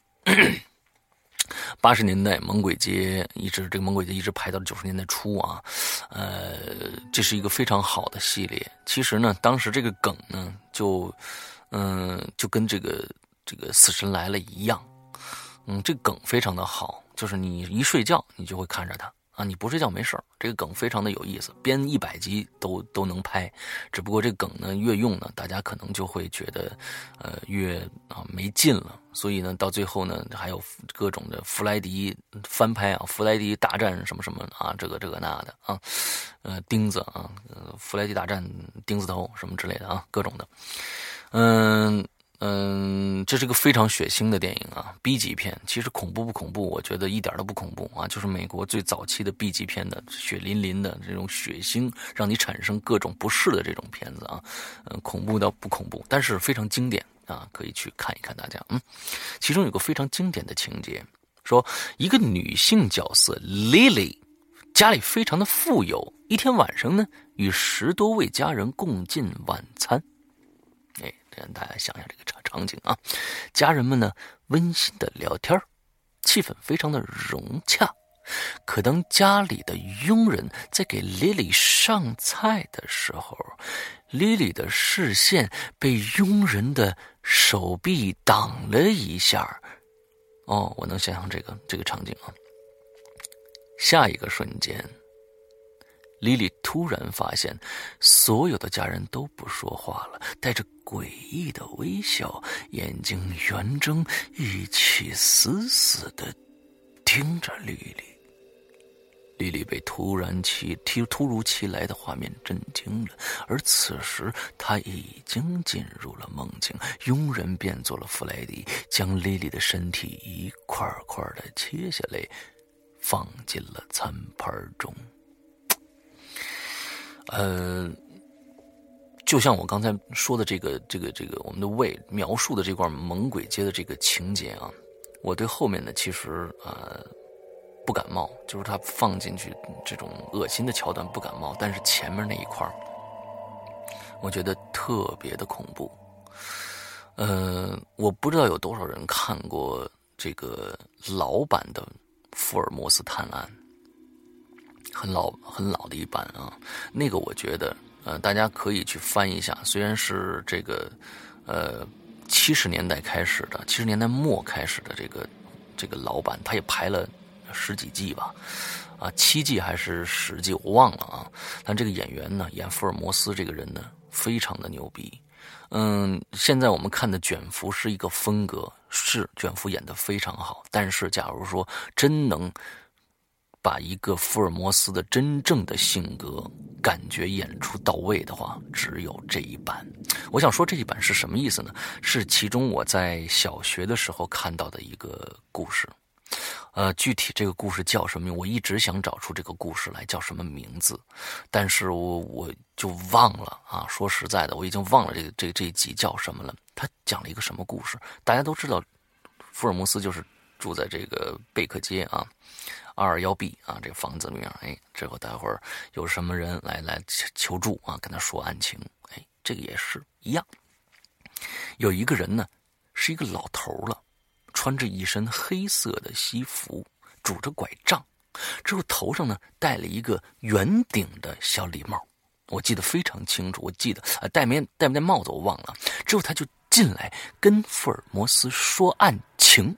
八十年代，猛鬼街一直这个猛鬼街一直排到了九十年代初啊，呃，这是一个非常好的系列。其实呢，当时这个梗呢，就嗯、呃，就跟这个这个死神来了一样，嗯，这个梗非常的好，就是你一睡觉你就会看着它啊，你不睡觉没事儿，这个梗非常的有意思，编一百集都都能拍。只不过这梗呢越用呢，大家可能就会觉得呃越啊没劲了。所以呢，到最后呢，还有各种的弗莱迪翻拍啊，弗莱迪大战什么什么啊，这个这个那的啊，呃，钉子啊，呃，弗莱迪大战钉子头什么之类的啊，各种的，嗯嗯，这是个非常血腥的电影啊 ，B 级片。其实恐怖不恐怖，我觉得一点都不恐怖啊，就是美国最早期的 B 级片的血淋淋的这种血腥，让你产生各种不适的这种片子啊，嗯，恐怖到不恐怖，但是非常经典。啊，可以去看一看，大家，嗯，其中有个非常经典的情节，说一个女性角色 Lily 家里非常的富有，一天晚上呢，与十多位家人共进晚餐。哎，让大家想想这个场场景啊，家人们呢温馨的聊天，气氛非常的融洽。可当家里的佣人在给 Lily 上菜的时候，Lily 的视线被佣人的手臂挡了一下。哦，我能想象这个这个场景啊。下一个瞬间 ，Lily 突然发现，所有的家人都不说话了，带着诡异的微笑，眼睛圆睁，一起死死的盯着莉莉。莉莉被突然其突如其来的画面震惊了，而此时她已经进入了梦境。佣人变作了弗莱迪，将莉莉的身体一块块的切下来，放进了餐盘中。呃，就像我刚才说的这个这个这个我们的魏描述的这块猛鬼街的这个情节啊，我对后面的其实呃不感冒，就是他放进去这种恶心的桥段不感冒，但是前面那一块我觉得特别的恐怖。呃，我不知道有多少人看过这个老版的福尔摩斯探案，很老很老的一版啊。那个我觉得呃大家可以去翻一下，虽然是这个呃七十年代开始的，七十年代末开始的这个这个老版，他也排了十几季吧，啊，七季还是十季我忘了啊。但这个演员呢，演福尔摩斯这个人呢，非常的牛逼。嗯，现在我们看的卷福是一个风格，是卷福演得非常好，但是假如说真能把一个福尔摩斯的真正的性格感觉演出到位的话，只有这一版。我想说这一版是什么意思呢？是其中我在小学的时候看到的一个故事。呃，具体这个故事叫什么？我一直想找出这个故事来叫什么名字，但是我我就忘了啊。说实在的，我已经忘了这个这这一集叫什么了。他讲了一个什么故事？大家都知道，福尔摩斯就是住在这个贝克街啊，二二幺 B 啊，这个房子里面。哎，之后待会儿有什么人来来求助啊，跟他说案情。哎，这个也是一样。有一个人呢，是一个老头了。穿着一身黑色的西服，拄着拐杖，之后头上呢戴了一个圆顶的小礼帽，我记得非常清楚。我记得呃戴没戴没戴帽子我忘了。之后他就进来跟福尔摩斯说案情。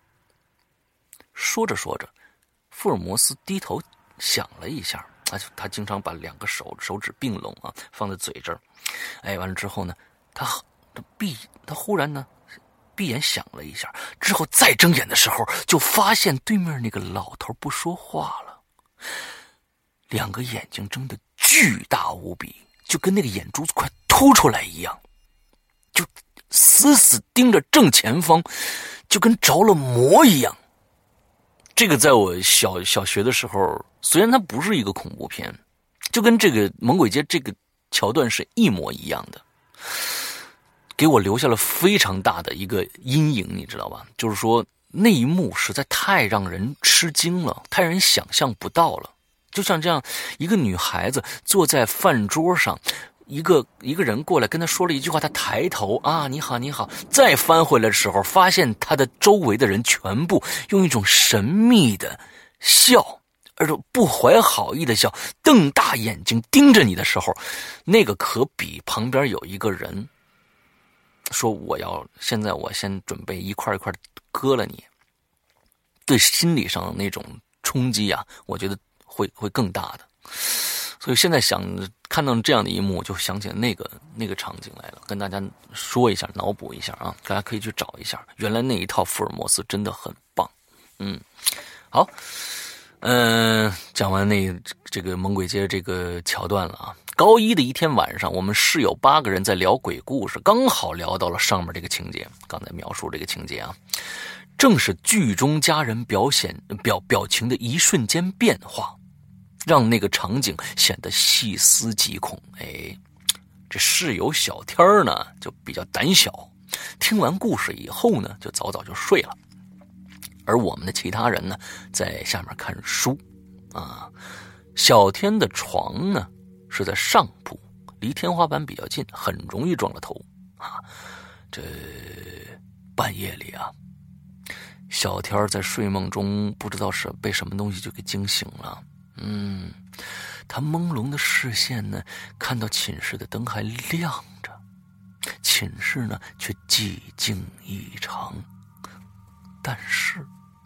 说着说着，福尔摩斯低头想了一下，他他经常把两个手手指并拢啊，放在嘴这儿。哎，完了之后呢，他他闭他忽然呢。闭眼想了一下，之后再睁眼的时候，就发现对面那个老头不说话了，两个眼睛睁得巨大无比，就跟那个眼珠子快凸出来一样，就死死盯着正前方，就跟着了魔一样。这个在我小小学的时候，虽然它不是一个恐怖片，就跟这个猛鬼街这个桥段是一模一样的。给我留下了非常大的一个阴影，你知道吧？就是说那一幕实在太让人吃惊了，太让人想象不到了。就像这样一个女孩子坐在饭桌上，一个一个人过来跟她说了一句话，她抬头啊，你好你好，再翻回来的时候，发现她的周围的人全部用一种神秘的笑，而且不怀好意的笑，瞪大眼睛盯着你的时候，那个可比旁边有一个人说我要现在我先准备一块一块割了你，对心理上的那种冲击啊，我觉得会会更大的。所以现在想看到这样的一幕，就想起那个那个场景来了，跟大家说一下，脑补一下啊，大家可以去找一下，原来那一套福尔摩斯真的很棒。嗯，好，嗯、呃，讲完那这个猛鬼街这个桥段了啊。高一的一天晚上，我们室友八个人在聊鬼故事，刚好聊到了上面这个情节。刚才描述这个情节啊，正是剧中家人表现表表情的一瞬间变化，让那个场景显得细思极恐。哎，这室友小天儿呢就比较胆小，听完故事以后呢，就早早就睡了。而我们的其他人呢，在下面看书啊。小天的床呢是在上铺，离天花板比较近，很容易撞了头啊。这半夜里啊，小天在睡梦中不知道是被什么东西就给惊醒了。嗯，他朦胧的视线呢，看到寝室的灯还亮着，寝室呢却寂静异常。但是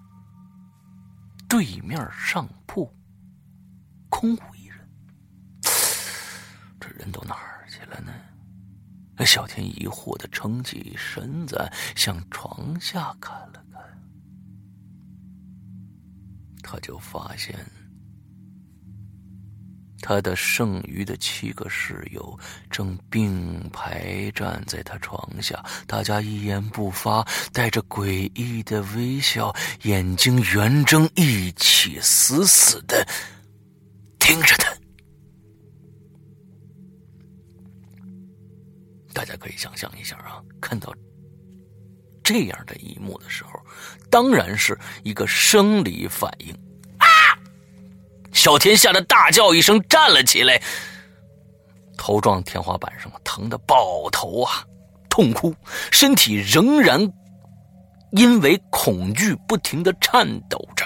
对面上铺空无一人，这人都哪儿去了呢？小天疑惑地撑起身子，向床下看了看。 他就发现他的剩余的七个室友正并排站在他床下，大家一言不发，带着诡异的微笑，眼睛圆睁，一起死死地盯着他。大家可以想象一下啊，看到这样的一幕的时候，当然是一个生理反应啊！小田吓得大叫一声，站了起来，头撞天花板上，疼得爆头啊，痛哭，身体仍然因为恐惧不停地颤抖着。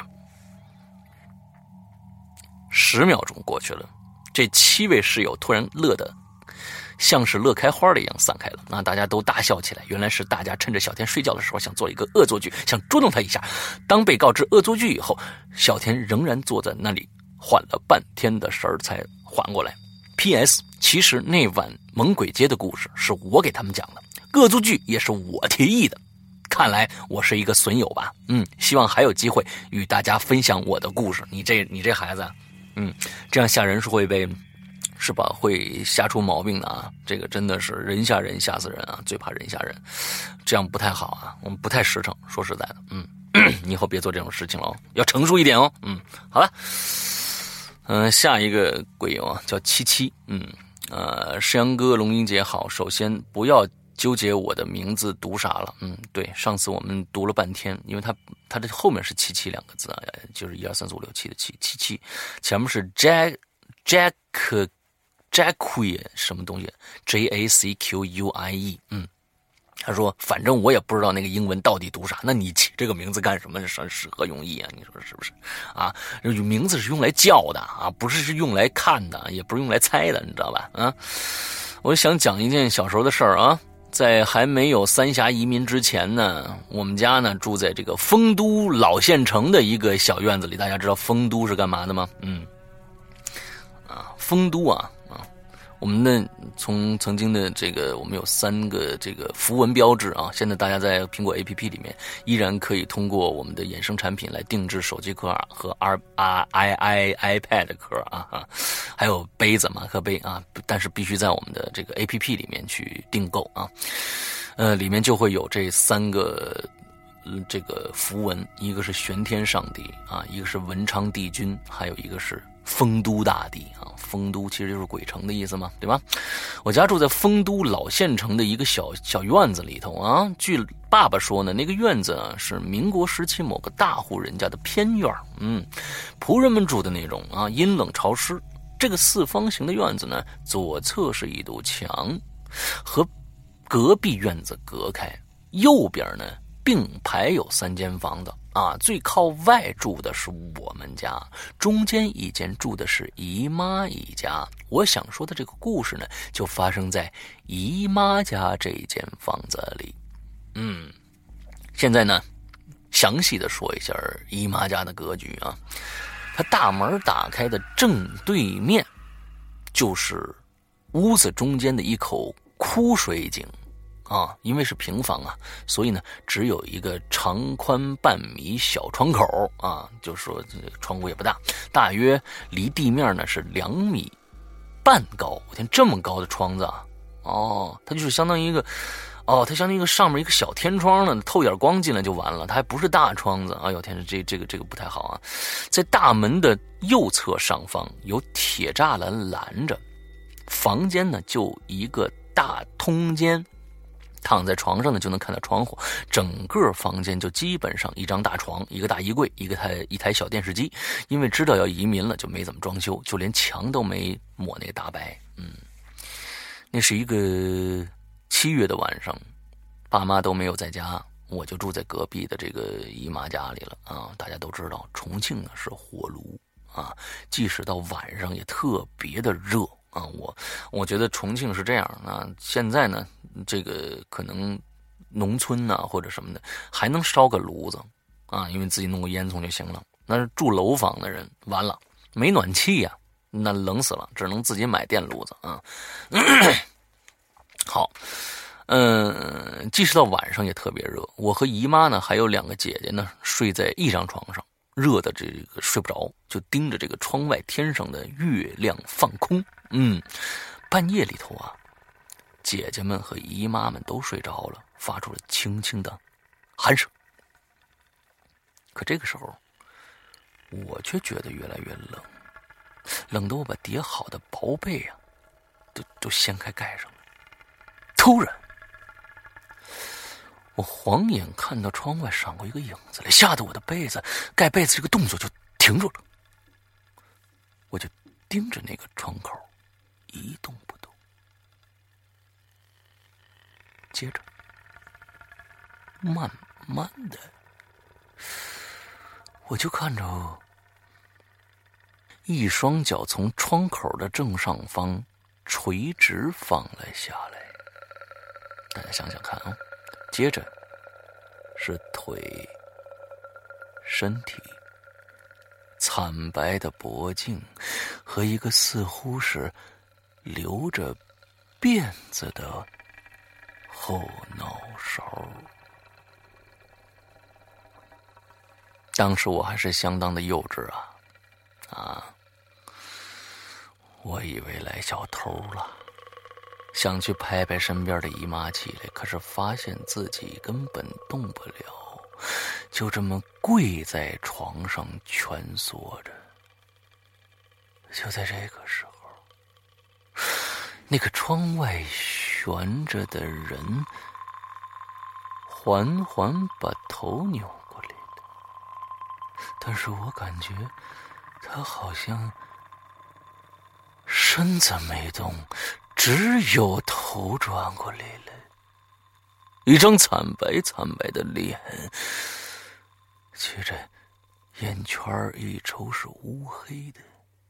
十秒钟过去了，这七位室友突然乐得像是乐开花的一样散开了，那大家都大笑起来。原来是大家趁着小田睡觉的时候想做一个恶作剧，想捉弄他一下。当被告知恶作剧以后，小田仍然坐在那里，缓了半天的神儿才缓过来。P S 其实那晚猛鬼街的故事是我给他们讲的，恶作剧也是我提议的。看来我是一个损友吧，嗯，希望还有机会与大家分享我的故事。你这你这孩子，嗯，这样吓人是会被。是吧？会吓出毛病的啊！这个真的是人吓人吓死人啊！最怕人吓人，这样不太好啊！我们不太实诚，说实在的，嗯，你以后别做这种事情了哦，要成熟一点哦。嗯，好了，嗯、呃，下一个鬼友啊，叫七七，嗯，呃，石阳哥、龙英姐好，首先不要纠结我的名字读啥了，嗯，对，上次我们读了半天，因为它它的后面是七七两个字啊，就是一二三四五六七的七七七，前面是 Jack Jack。Jacquie 什么东西 ？J A C Q U I E， 嗯，他说，反正我也不知道那个英文到底读啥，那你起这个名字干什么？是是何用意啊？你说是不是？啊，名字是用来叫的啊，不是是用来看的，也不是用来猜的，你知道吧？啊，我想讲一件小时候的事儿啊，在还没有三峡移民之前呢，我们家呢住在这个丰都老县城的一个小院子里。大家知道丰都是干嘛的吗？嗯，啊，丰都啊。我们的从曾经的这个，我们有三个这个符文标志啊。现在大家在苹果 A P P 里面依然可以通过我们的衍生产品来定制手机壳和 R R I I iPad 壳啊，还有杯子马克杯啊，但是必须在我们的这个 A P P 里面去订购啊。呃，里面就会有这三个。这个符文，一个是玄天上帝啊，一个是文昌帝君，还有一个是丰都大帝啊。丰都其实就是鬼城的意思嘛，对吧？我家住在丰都老县城的一个小小院子里头啊。据爸爸说呢，那个院子啊是民国时期某个大户人家的偏院，嗯，仆人们住的那种啊，阴冷潮湿。这个四方形的院子呢，左侧是一堵墙，和隔壁院子隔开，右边呢。并排有三间房子啊，最靠外住的是我们家，中间一间住的是姨妈一家。我想说的这个故事呢，就发生在姨妈家这间房子里。嗯，现在呢，详细的说一下姨妈家的格局啊。它大门打开的正对面，就是屋子中间的一口枯水井。啊，因为是平房啊，所以呢，只有一个长宽半米小窗口啊，就是说窗户也不大，大约离地面呢是两米半高。我天，这么高的窗子啊！哦，它就是相当于一个，哦，它相当于一个上面一个小天窗呢，透点光进来就完了，它还不是大窗子。哎呦天，这这个这个不太好啊！在大门的右侧上方有铁栅栏拦着，房间呢就一个大通间。躺在床上呢，就能看到窗户。整个房间就基本上一张大床，一个大衣柜，一个台一台小电视机。因为知道要移民了，就没怎么装修，就连墙都没抹那个大白。嗯，那是一个七月的晚上，爸妈都没有在家，我就住在隔壁的这个姨妈家里了啊。大家都知道，重庆呢是火炉啊，即使到晚上也特别的热。啊，我我觉得重庆是这样啊。现在呢，这个可能农村呐、啊、或者什么的还能烧个炉子啊，因为自己弄个烟囱就行了。那是住楼房的人，完了没暖气呀、啊，那冷死了，只能自己买电炉子啊。好，嗯，即使到晚上也特别热。我和姨妈呢，还有两个姐姐呢，睡在一张床上。 热的这个睡不着，就盯着这个窗外天上的月亮放空。嗯，半夜里头啊，姐姐们和姨妈们都睡着了，发出了轻轻的鼾声。可这个时候，我却觉得越来越冷，冷得我把叠好的薄被啊，都都掀开盖上了。突然，我晃眼看到窗外闪过一个影子来，吓得我的被子盖被子这个动作就停住了。我就盯着那个窗口一动不动。接着慢慢的，我就看着一双脚从窗口的正上方垂直放了下来。大家想想看啊，接着是腿、身体、惨白的脖颈和一个似乎是留着辫子的后脑勺。当时我还是相当的幼稚啊啊！我以为来小偷了，想去拍拍身边的姨妈起来，可是发现自己根本动不了，就这么跪在床上蜷缩着。就在这个时候，那个窗外悬着的人缓缓把头扭过来了，但是我感觉他好像身子没动，只有头转过来了，一张惨白惨白的脸，接着眼圈一抽是乌黑的，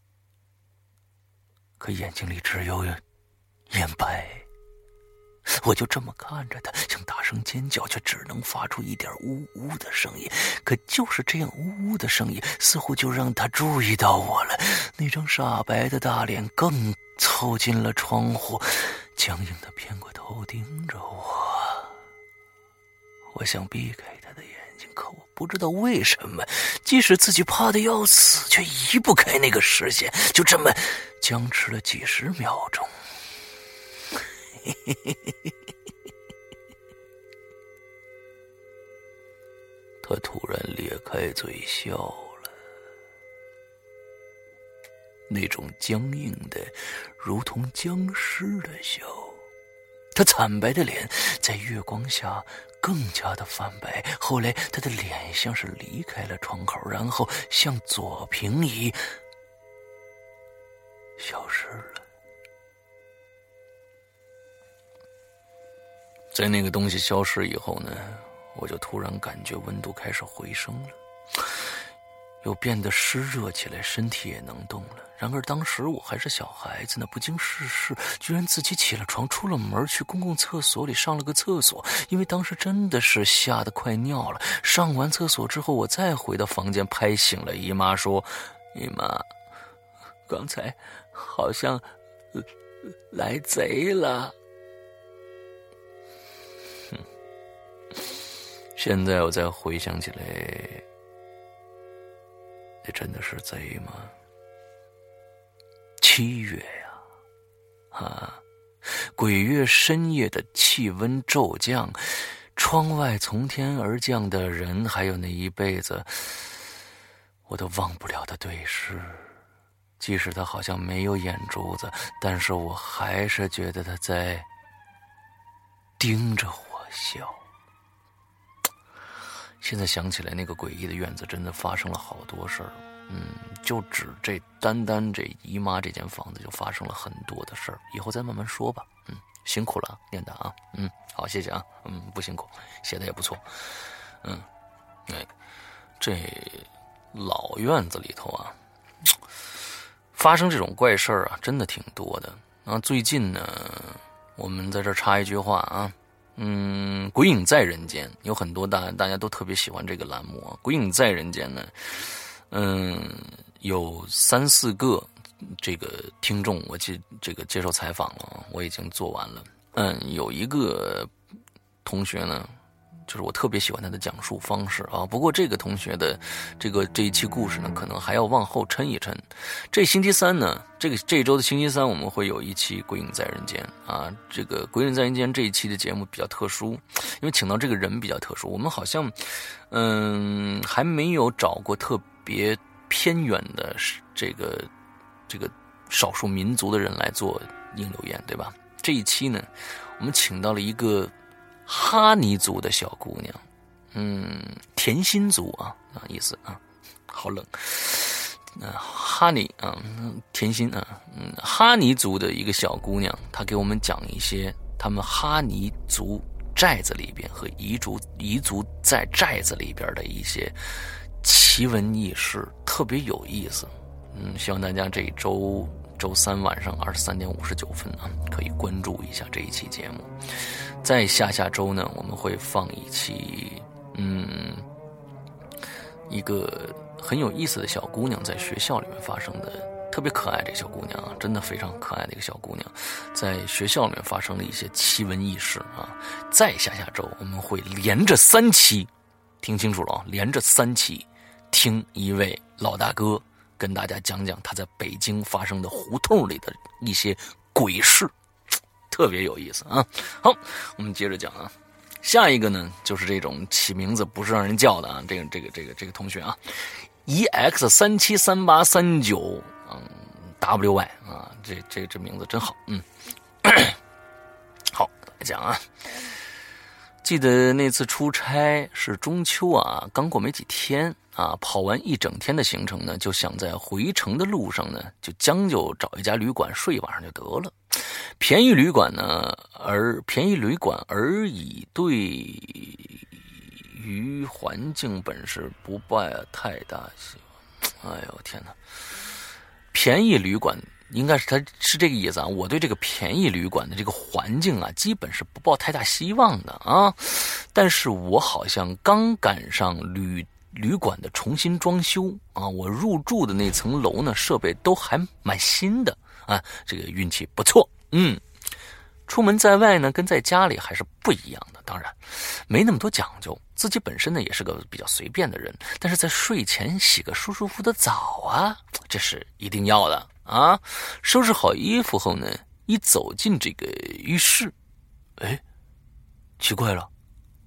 可眼睛里只有眼白。我就这么看着他，想大声尖叫，却只能发出一点呜呜的声音。可就是这样呜呜的声音，似乎就让他注意到我了。那张煞白的大脸更凑近了窗户，僵硬的偏过头盯着我。我想避开他的眼睛，可我不知道为什么，即使自己怕得要死，却移不开那个视线，就这么僵持了几十秒钟。他突然咧开嘴笑了，那种僵硬的如同僵尸的笑。他惨白的脸在月光下更加的泛白，后来他的脸像是离开了窗口，然后向左平移，消失了。在那个东西消失以后呢，我就突然感觉温度开始回升了，又变得湿热起来，身体也能动了。然而当时我还是小孩子呢，不经世事，居然自己起了床，出了门，去公共厕所里上了个厕所。因为当时真的是吓得快尿了。上完厕所之后，我再回到房间，拍醒了姨妈，说：“姨妈，刚才好像来贼了。”现在我再回想起来，这真的是贼吗？七月呀，啊，鬼月深夜的气温骤降，窗外从天而降的人，还有那一辈子我都忘不了的对视。即使他好像没有眼珠子，但是我还是觉得他在盯着我笑。现在想起来，那个诡异的院子真的发生了好多事儿，嗯，就指这单单这姨妈这间房子就发生了很多的事儿，以后再慢慢说吧。嗯，辛苦了，念达啊，嗯，好，谢谢啊，嗯，不辛苦，写的也不错，嗯，哎，这老院子里头啊，发生这种怪事儿啊，真的挺多的。啊，最近呢，我们在这插一句话啊。嗯，鬼影在人间有很多大大家都特别喜欢这个栏目啊。鬼影在人间呢，嗯，有三四个这个听众，我接这个接受采访了，我已经做完了。嗯，有一个同学呢， 就是我特别喜欢他的讲述方式啊。不过这个同学的这个这一期故事呢，可能还要往后抻一抻。这星期三呢，这个这周的星期三我们会有一期《鬼影在人间》啊。这个《鬼影在人间》这一期的节目比较特殊，因为请到这个人比较特殊，我们好像嗯还没有找过特别偏远的这个这个少数民族的人来做应留言，对吧？这一期呢，我们请到了一个哈尼族的小姑娘，嗯，甜心族啊啊意思啊，好冷，呃，哈尼啊，甜心啊，嗯，哈尼族的一个小姑娘，她给我们讲一些他们哈尼族寨子里边和彝族彝族在寨子里边的一些奇闻异事，特别有意思。嗯，希望大家这一周周三晚上二十三点五十九分啊，可以关注一下这一期节目。在下下周呢，我们会放一期，嗯，一个很有意思的小姑娘在学校里面发生的，特别可爱。这小姑娘啊，真的非常可爱的一个小姑娘，在学校里面发生了一些奇闻异事啊。再下下周我们会连着三期，听清楚了啊，连着三期听一位老大哥跟大家讲讲他在北京发生的胡同里的一些鬼事，特别有意思啊。好，我们接着讲啊。下一个呢，就是这种起名字不是让人叫的啊，这个这个这个这个同学啊 ，E X 三七三八三九，嗯 ，W Y 啊，这这这名字真好，嗯，好，来讲啊。记得那次出差是中秋啊，刚过没几天啊，跑完一整天的行程呢，就想在回程的路上呢，就将就找一家旅馆睡一晚上就得了。便宜旅馆呢，而便宜旅馆而已，对于环境本是不抱太大希望。哎呦天哪！便宜旅馆。应该是他是这个意思啊，我对这个便宜旅馆的这个环境啊，基本是不抱太大希望的啊。但是我好像刚赶上旅旅馆的重新装修啊，我入住的那层楼呢，设备都还蛮新的啊，这个运气不错。嗯，出门在外呢，跟在家里还是不一样的。当然，没那么多讲究，自己本身呢也是个比较随便的人，但是在睡前洗个舒舒服的澡啊，这是一定要的。啊，收拾好衣服后呢，一走进这个浴室，哎，奇怪了，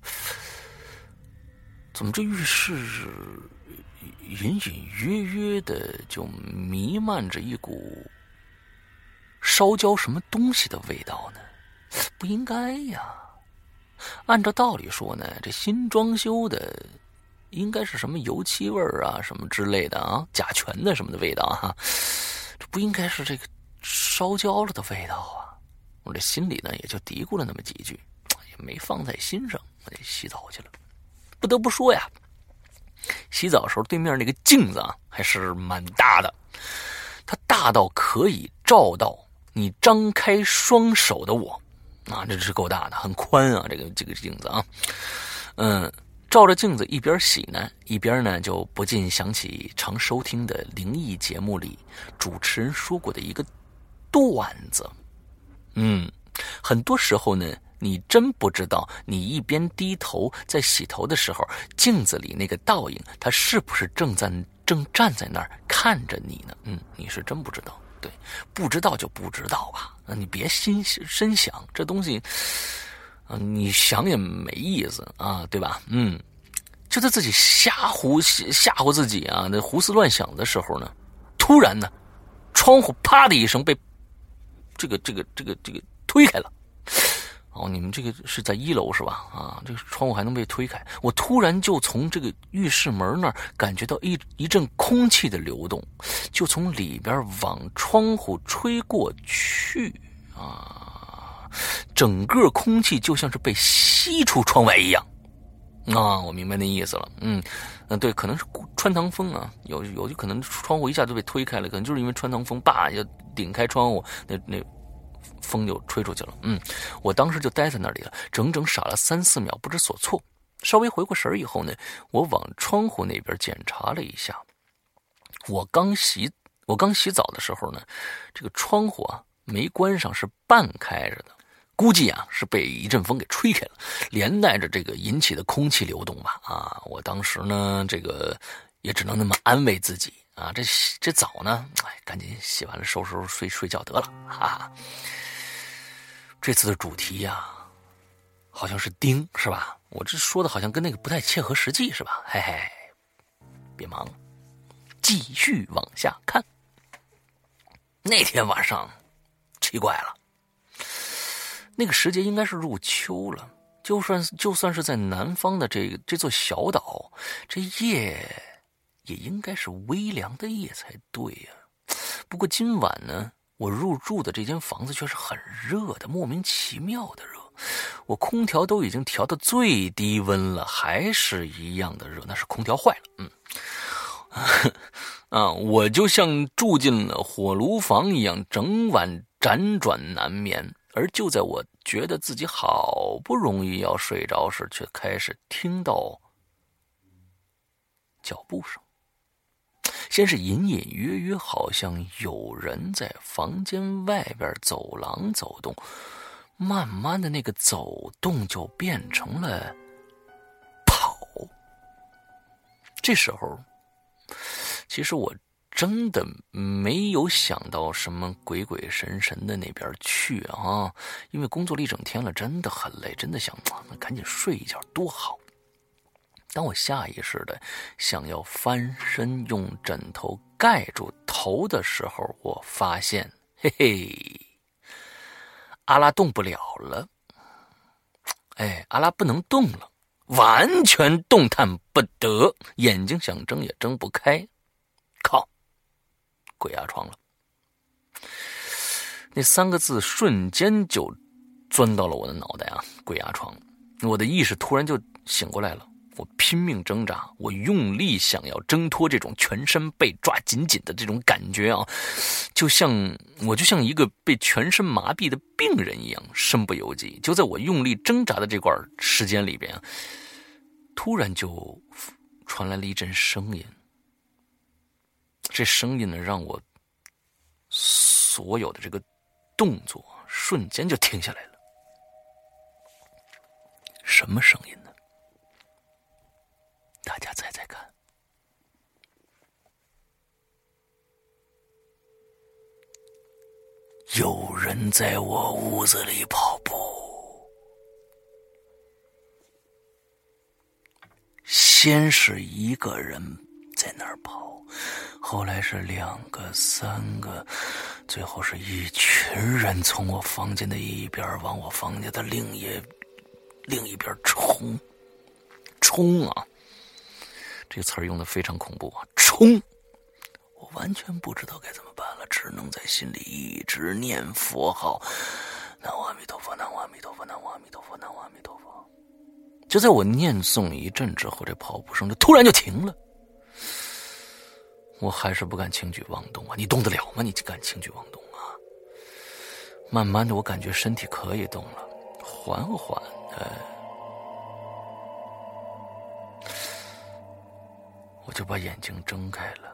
怎么这浴室隐隐约约的就弥漫着一股烧焦什么东西的味道呢？不应该呀，按照道理说呢，这新装修的应该是什么油漆味啊，什么之类的啊，甲醛的什么的味道啊。这不应该是这个烧焦了的味道啊！我这心里呢也就嘀咕了那么几句，也没放在心上。我得洗澡去了。不得不说呀，洗澡的时候对面那个镜子啊还是蛮大的，它大到可以照到你张开双手的我啊，这是够大的，很宽啊，这个这个镜子啊，嗯。照着镜子一边洗呢，一边呢就不禁想起常收听的灵异节目里主持人说过的一个段子。嗯，很多时候呢，你真不知道你一边低头在洗头的时候，镜子里那个倒影，它是不是正在正站在那儿看着你呢？嗯，你是真不知道。对，不知道就不知道吧，你别心深想这东西。啊，你想也没意思啊，对吧？嗯，就在自己瞎胡吓唬自己啊，那胡思乱想的时候呢，突然呢，窗户啪的一声被这个这个这个这个推开了。哦，你们这个是在一楼是吧？啊，这个窗户还能被推开，我突然就从这个浴室门那儿感觉到一一阵空气的流动，就从里边往窗户吹过去啊。整个空气就像是被吸出窗外一样啊！我明白那意思了，嗯，嗯，对，可能是穿堂风啊，有有就可能窗户一下就被推开了，可能就是因为穿堂风，叭就顶开窗户，那那风就吹出去了。嗯，我当时就待在那里了，整整傻了三四秒，不知所措。稍微回过神以后呢，我往窗户那边检查了一下，我刚洗我刚洗澡的时候呢，这个窗户啊没关上，是半开着的。 估计啊是被一阵风给吹开了，连带着这个引起的空气流动吧。啊，我当时呢，这个也只能那么安慰自己啊，这这澡呢，哎，赶紧洗完了收拾收拾睡睡觉得了，哈哈。这次的主题呀、啊，好像是丁是吧？我这说的好像跟那个不太切合实际是吧？嘿嘿，别忙，继续往下看。那天晚上，奇怪了，那个时节应该是入秋了，就算就算是在南方的这个这座小岛，这夜也应该是微凉的夜才对呀、啊。不过今晚呢，我入住的这间房子却是很热的，莫名其妙的热。我空调都已经调到最低温了，还是一样的热，那是空调坏了。嗯，啊，我就像住进了火炉房一样，整晚辗转难眠。而就在我觉得自己好不容易要睡着时，却开始听到脚步声。先是隐隐约约，好像有人在房间外边走廊走动，慢慢的那个走动就变成了跑。这时候其实我真的没有想到什么鬼鬼神神的那边去啊，因为工作了一整天了，真的很累，真的想赶紧睡一觉多好。当我下意识的想要翻身用枕头盖住头的时候，我发现嘿嘿，阿拉动不了了。哎，阿拉不能动了，完全动弹不得，眼睛想睁也睁不开。靠，鬼压床了。那三个字瞬间就钻到了我的脑袋啊，鬼压床。我的意识突然就醒过来了，我拼命挣扎，我用力想要挣脱这种全身被抓紧紧的这种感觉啊，就像我就像一个被全身麻痹的病人一样，身不由己。就在我用力挣扎的这段时间里边，突然就传来了一阵声音。这声音呢，让我所有的这个动作瞬间就停下来了。什么声音呢？大家猜猜看。有人在我屋子里跑步，先是一个人在那儿跑，后来是两个、三个，最后是一群人从我房间的一边往我房间的另一另一边冲，冲啊！这个词儿用的非常恐怖啊！冲！我完全不知道该怎么办了，只能在心里一直念佛号：南无阿弥陀佛，南无阿弥陀佛，南无阿弥陀佛，南无阿弥陀佛。就在我念诵一阵之后，这跑步声就突然就停了。我还是不敢轻举妄动啊！你动得了吗？你敢轻举妄动啊？慢慢的，我感觉身体可以动了，缓缓的，我就把眼睛睁开了。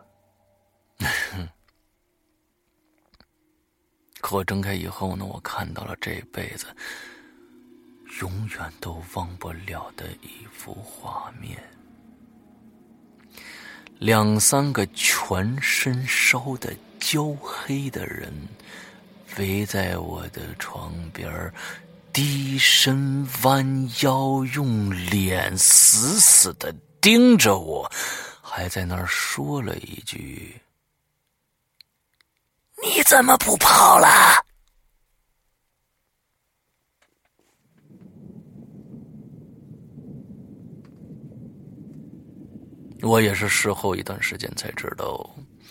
可我睁开以后呢，我看到了这辈子永远都忘不了的一幅画面。两三个全身烧得焦黑的人围在我的床边，低身弯腰，用脸死死地盯着我，还在那儿说了一句：你怎么不跑了？我也是事后一段时间才知道，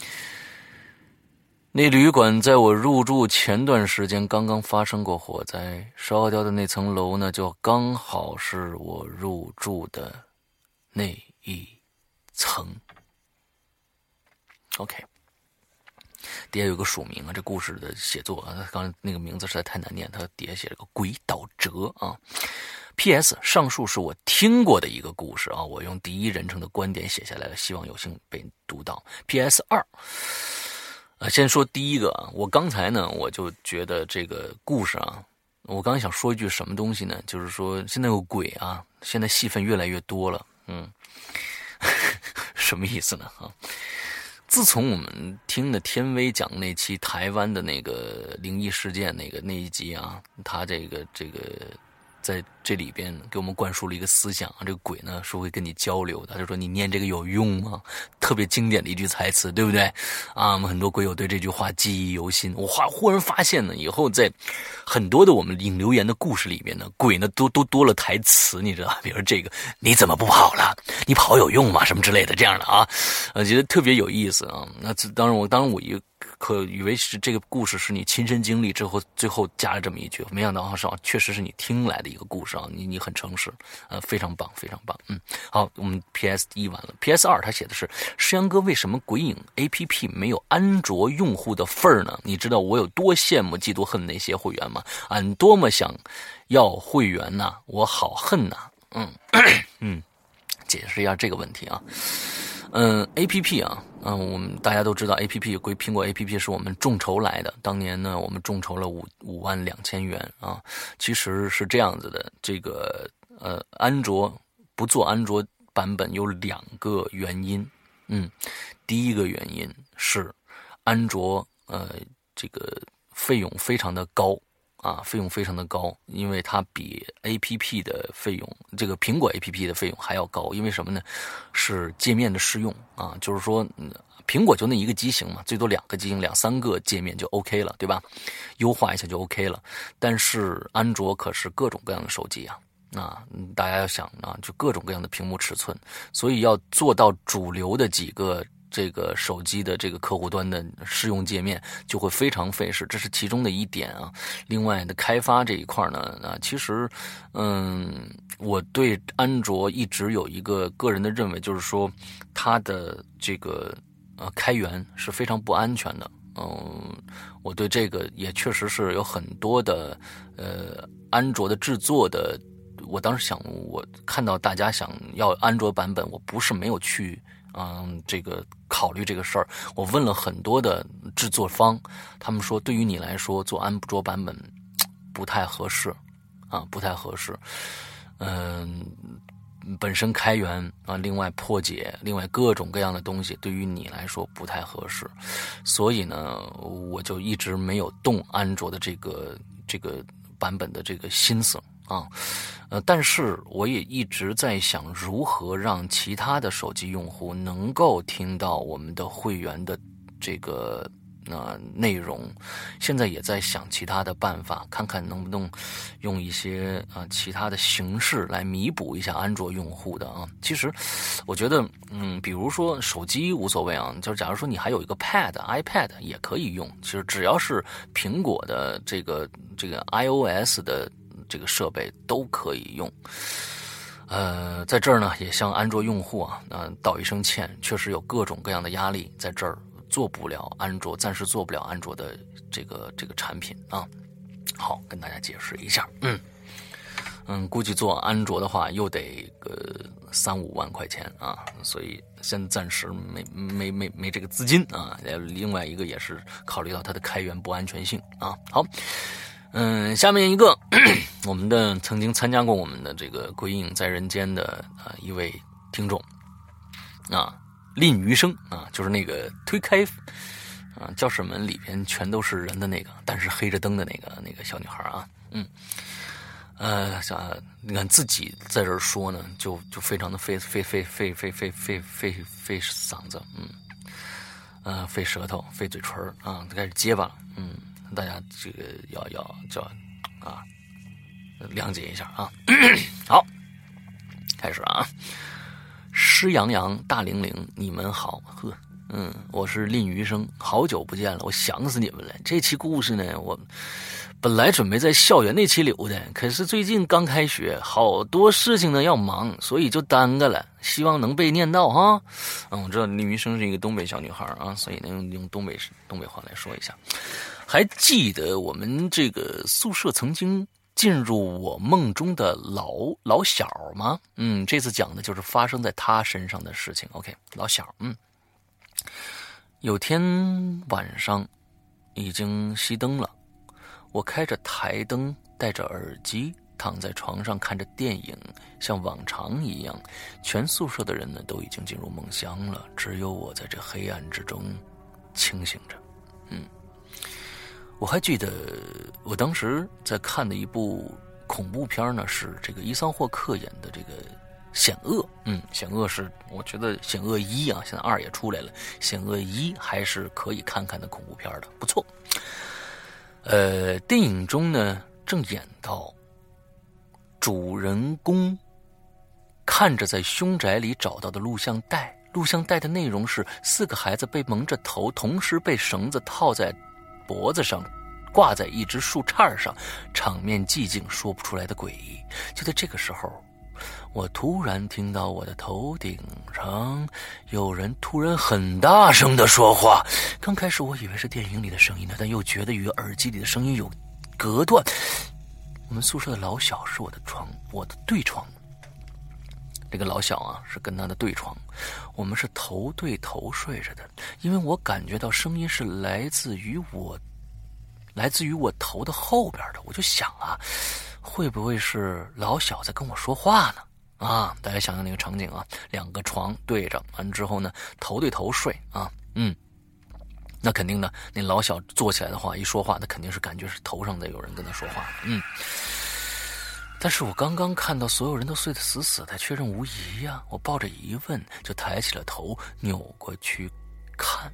那旅馆在我入住前段时间刚刚发生过火灾，烧掉的那层楼呢，就刚好是我入住的那一层。OK， 底下有个署名啊，这故事的写作啊，他刚才那个名字实在太难念，他底下写了个鬼岛哲啊。P S 上述是我听过的一个故事啊，我用第一人称的观点写下来了，希望有幸被读到。P S 二，呃，先说第一个啊，我刚才呢，我就觉得这个故事啊， 我刚才想说一句什么东西呢？就是说现在有鬼啊，现在戏份越来越多了。嗯，什么意思呢？啊，自从我们听的天威讲那期台湾的那个灵异事件那个那一集啊，他这个这个在这里边给我们灌输了一个思想，这个鬼呢是会跟你交流的，他就说你念这个有用吗？特别经典的一句台词，对不对？啊，我们很多鬼友对这句话记忆犹新。我忽然发现呢，以后在很多的我们引留言的故事里面呢，鬼呢都都多了台词，你知道，比如这个你怎么不跑了？你跑有用吗？什么之类的这样的啊，我觉得特别有意思啊。那当然我当然我一可以为是这个故事是你亲身经历之后，最后加了这么一句，没想到啊，是啊，确实是你听来的一个故事啊，你你很诚实，呃，非常棒，非常棒，嗯，好，我们 P S 一完了 ，P S 二他写的是石阳哥，为什么鬼影 A P P 没有安卓用户的份儿呢？你知道我有多羡慕、嫉妒、恨那些会员吗？俺多么想要会员呐、啊，我好恨呐、啊，嗯嗯，解释一下这个问题啊。嗯 ，A P P 啊，嗯，我们大家都知道 A P P 归苹果 A P P 是我们众筹来的。当年呢，我们众筹了五五万两千元啊。其实是这样子的，这个呃，安卓不做安卓版本有两个原因。嗯，第一个原因是安卓呃这个费用非常的高。啊，费用非常的高，因为它比 A P P 的费用，这个苹果 A P P 的费用还要高。因为什么呢？是界面的适用啊，就是说，嗯，苹果就那一个机型嘛，最多两个机型，两三个界面就 OK 了，对吧？优化一下就 OK 了。但是安卓可是各种各样的手机啊，啊，大家要想啊，就各种各样的屏幕尺寸，所以要做到主流的几个。这个手机的这个客户端的适用界面就会非常费时，这是其中的一点啊。另外的开发这一块呢，啊，其实，嗯，我对安卓一直有一个个人的认为，就是说它的这个呃开源是非常不安全的。嗯，我对这个也确实是有很多的呃安卓的制作的。我当时想，我看到大家想要安卓版本，我不是没有去。嗯，这个考虑这个事儿，我问了很多的制作方，他们说对于你来说做安卓版本不太合适，啊，不太合适。嗯，本身开源啊，另外破解，另外各种各样的东西，对于你来说不太合适，所以呢，我就一直没有动安卓的这个这个版本的这个心思。啊，呃，但是我也一直在想如何让其他的手机用户能够听到我们的会员的这个呃内容，现在也在想其他的办法，看看能不能用一些啊、呃、其他的形式来弥补一下安卓用户的啊。其实我觉得，嗯，比如说手机无所谓啊，就是假如说你还有一个 Pad、iPad 也可以用，其实只要是苹果的这个这个 iOS 的。这个设备都可以用，呃，在这儿呢，也向安卓用户啊，呃，道一声歉，确实有各种各样的压力，在这儿做不了安卓，暂时做不了安卓的这个这个产品啊。好，跟大家解释一下，嗯嗯，估计做安卓的话又得个三五万块钱啊，所以现在暂时没没没没这个资金啊。另外一个也是考虑到它的开源不安全性啊。好。嗯，下面一个我们的曾经参加过我们的这个《鬼影在人间》的啊、呃、一位听众啊，吝余生啊，就是那个推开啊教室门里边全都是人的那个，但是黑着灯的那个那个小女孩啊，嗯，呃，想你看自己在这儿说呢，就就非常的费费费费费费费费费嗓子，嗯，呃，费舌头，费嘴唇啊，开始结巴了，嗯。大家这个要要叫啊，谅解一下啊。好，开始啊。诗洋洋，大玲玲，你们好，呵，嗯，我是吝余生，好久不见了，我想死你们了。这期故事呢，我本来准备在校园那期留的，可是最近刚开学，好多事情呢要忙，所以就耽搁了。希望能被念到哈。嗯，我知道吝余生是一个东北小女孩啊，所以呢用用东北东北话来说一下。还记得我们这个宿舍曾经进入我梦中的老老小吗？嗯，这次讲的就是发生在他身上的事情。OK， 老小，嗯，有天晚上已经熄灯了，我开着台灯戴着耳机躺在床上看着电影，像往常一样。全宿舍的人呢都已经进入梦乡了，只有我在这黑暗之中清醒着。嗯，我还记得我当时在看的一部恐怖片呢，是这个伊桑霍克演的这个险恶。嗯，险恶是我觉得险恶一啊，现在二也出来了，险恶一还是可以看看的恐怖片的，不错。呃，电影中呢正演到主人公看着在凶宅里找到的录像带，录像带的内容是四个孩子被蒙着头，同时被绳子套在脖子上，挂在一只树杈上，场面寂静，说不出来的诡异。就在这个时候，我突然听到我的头顶上有人突然很大声的说话。刚开始我以为是电影里的声音呢，但又觉得与耳机里的声音有隔断。我们宿舍的老小是我的床，我的对床。这个老小啊是跟他的对床，我们是头对头睡着的。因为我感觉到声音是来自于我来自于我头的后边的，我就想啊，会不会是老小在跟我说话呢？啊，大家想想那个场景啊，两个床对着，完之后呢头对头睡啊，嗯，那肯定的，那老小坐起来的话一说话，他肯定是感觉是头上的有人跟他说话，嗯。但是我刚刚看到所有人都睡得死死的，确认无疑呀、啊，我抱着疑问就抬起了头，扭过去看。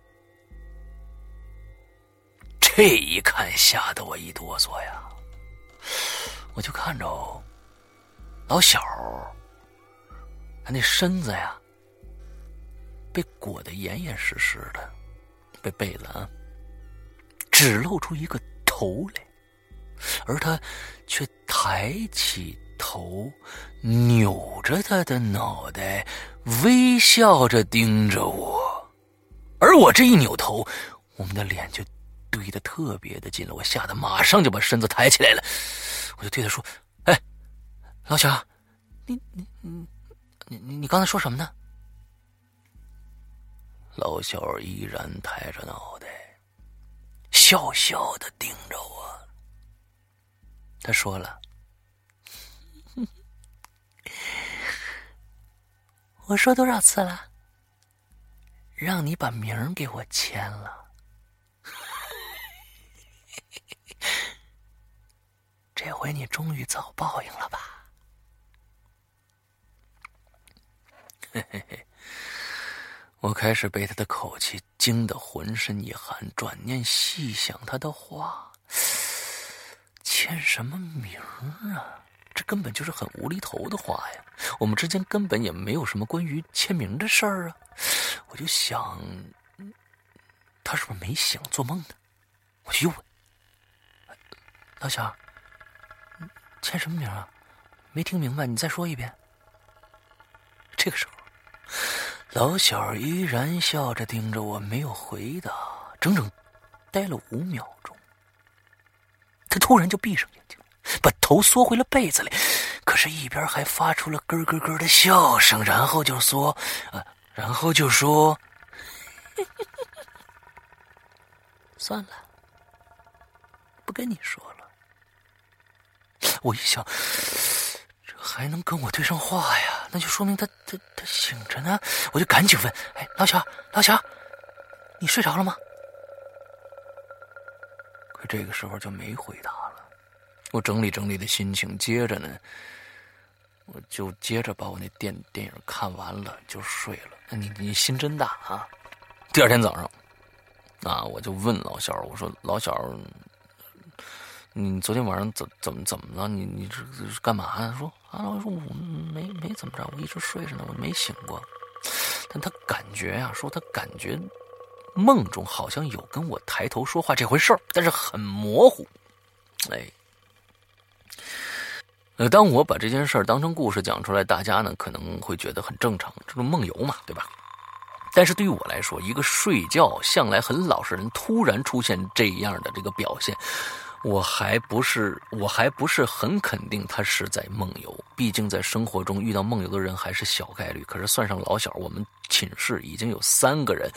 这一看吓得我一哆嗦呀，我就看着老小他那身子呀被裹得严严实实的，被被子啊只露出一个头来，而他却抬起头，扭着他的脑袋，微笑着盯着我。而我这一扭头，我们的脸就对得特别的近了，我吓得马上就把身子抬起来了。我就对他说：“哎，老小，你你你你你刚才说什么呢？”老小依然抬着脑袋，笑笑的盯着我。他说了：“我说多少次了，让你把名儿给我签了。这回你终于遭报应了吧？”嘿嘿嘿，我开始被他的口气惊得浑身一寒，转念细想他的话，签什么名啊？这根本就是很无厘头的话呀！我们之间根本也没有什么关于签名的事儿啊！我就想，他是不是没醒做梦呢？我就又问：“老小，签什么名啊？没听明白，你再说一遍。”这个时候，老小依然笑着盯着我，没有回答，整整待了五秒钟。他突然就闭上眼睛，把头缩回了被子里，可是一边还发出了咯咯咯的笑声，然后就说，呃，然后就说，算了，不跟你说了。我一想，这还能跟我对上话呀？那就说明他他他醒着呢。我就赶紧问：“哎，老小，老小，你睡着了吗？”可这个时候就没回答了。我整理整理的心情，接着呢，我就接着把我那电电影看完了，就睡了。你你心真大啊！第二天早上，啊，我就问老小，我说：“老小，你昨天晚上怎怎么怎么了？你你这是干嘛呀？”说啊，我说我没没怎么着，我一直睡着呢，我没醒过。但他感觉呀、啊，说他感觉梦中好像有跟我抬头说话这回事儿，但是很模糊。哎，呃，当我把这件事儿当成故事讲出来，大家呢可能会觉得很正常，这种梦游嘛，对吧？但是对于我来说，一个睡觉向来很老实的人突然出现这样的这个表现，我还不是我还不是很肯定他是在梦游，毕竟在生活中遇到梦游的人还是小概率。可是算上老小，我们寝室已经有三个人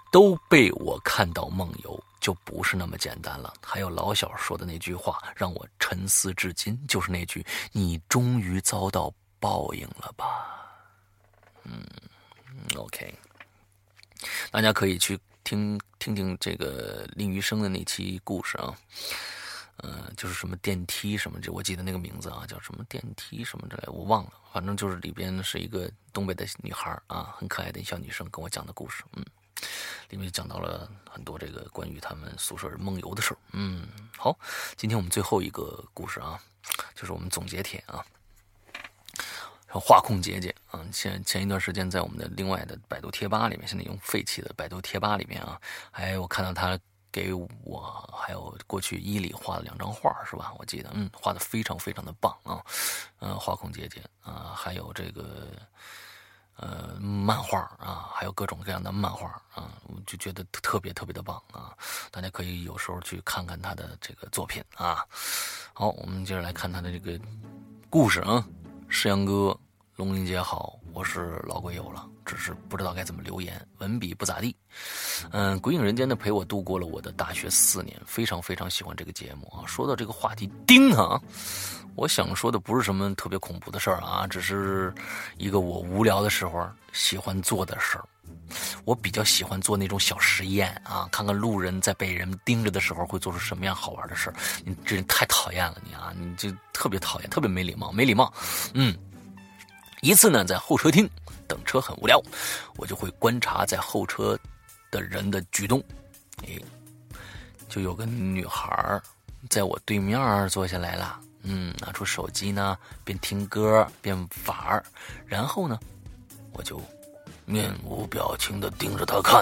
都被我看到梦游，就不是那么简单了。还有老小说的那句话让我沉思至今，就是那句你终于遭到报应了吧。嗯 OK， 大家可以去听听听这个林余生的那期故事啊，呃，就是什么电梯什么，这我记得那个名字啊，叫什么电梯什么之类的，我忘了，反正就是里边是一个东北的女孩啊，很可爱的小女生跟我讲的故事，嗯，里面讲到了很多这个关于他们宿舍人梦游的事儿，嗯，好，今天我们最后一个故事啊，就是我们总结帖啊。画控姐姐啊，前前一段时间在我们的另外的百度贴吧里面，现在用废弃的百度贴吧里面啊，还有我看到他给我还有过去伊里画了两张画是吧？我记得，嗯，画的非常非常的棒啊，呃，画控姐姐啊，还有这个呃漫画啊，还有各种各样的漫画啊，我就觉得特别特别的棒啊，大家可以有时候去看看他的这个作品啊。好，我们接着来看他的这个故事啊，世阳哥。龙鳞姐好，我是老鬼友了，只是不知道该怎么留言，文笔不咋地。嗯，鬼影人间呢陪我度过了我的大学四年，非常非常喜欢这个节目啊。说到这个话题，叮啊，我想说的不是什么特别恐怖的事儿啊，只是一个我无聊的时候喜欢做的事儿。我比较喜欢做那种小实验啊，看看路人在被人盯着的时候会做出什么样好玩的事儿。你这人太讨厌了，你啊，你这特别讨厌，特别没礼貌，没礼貌。嗯。一次呢，在候车厅等车很无聊，我就会观察在候车的人的举动。哎，就有个女孩在我对面坐下来了，嗯，拿出手机呢，边听歌边玩，然后呢，我就面无表情地盯着她看。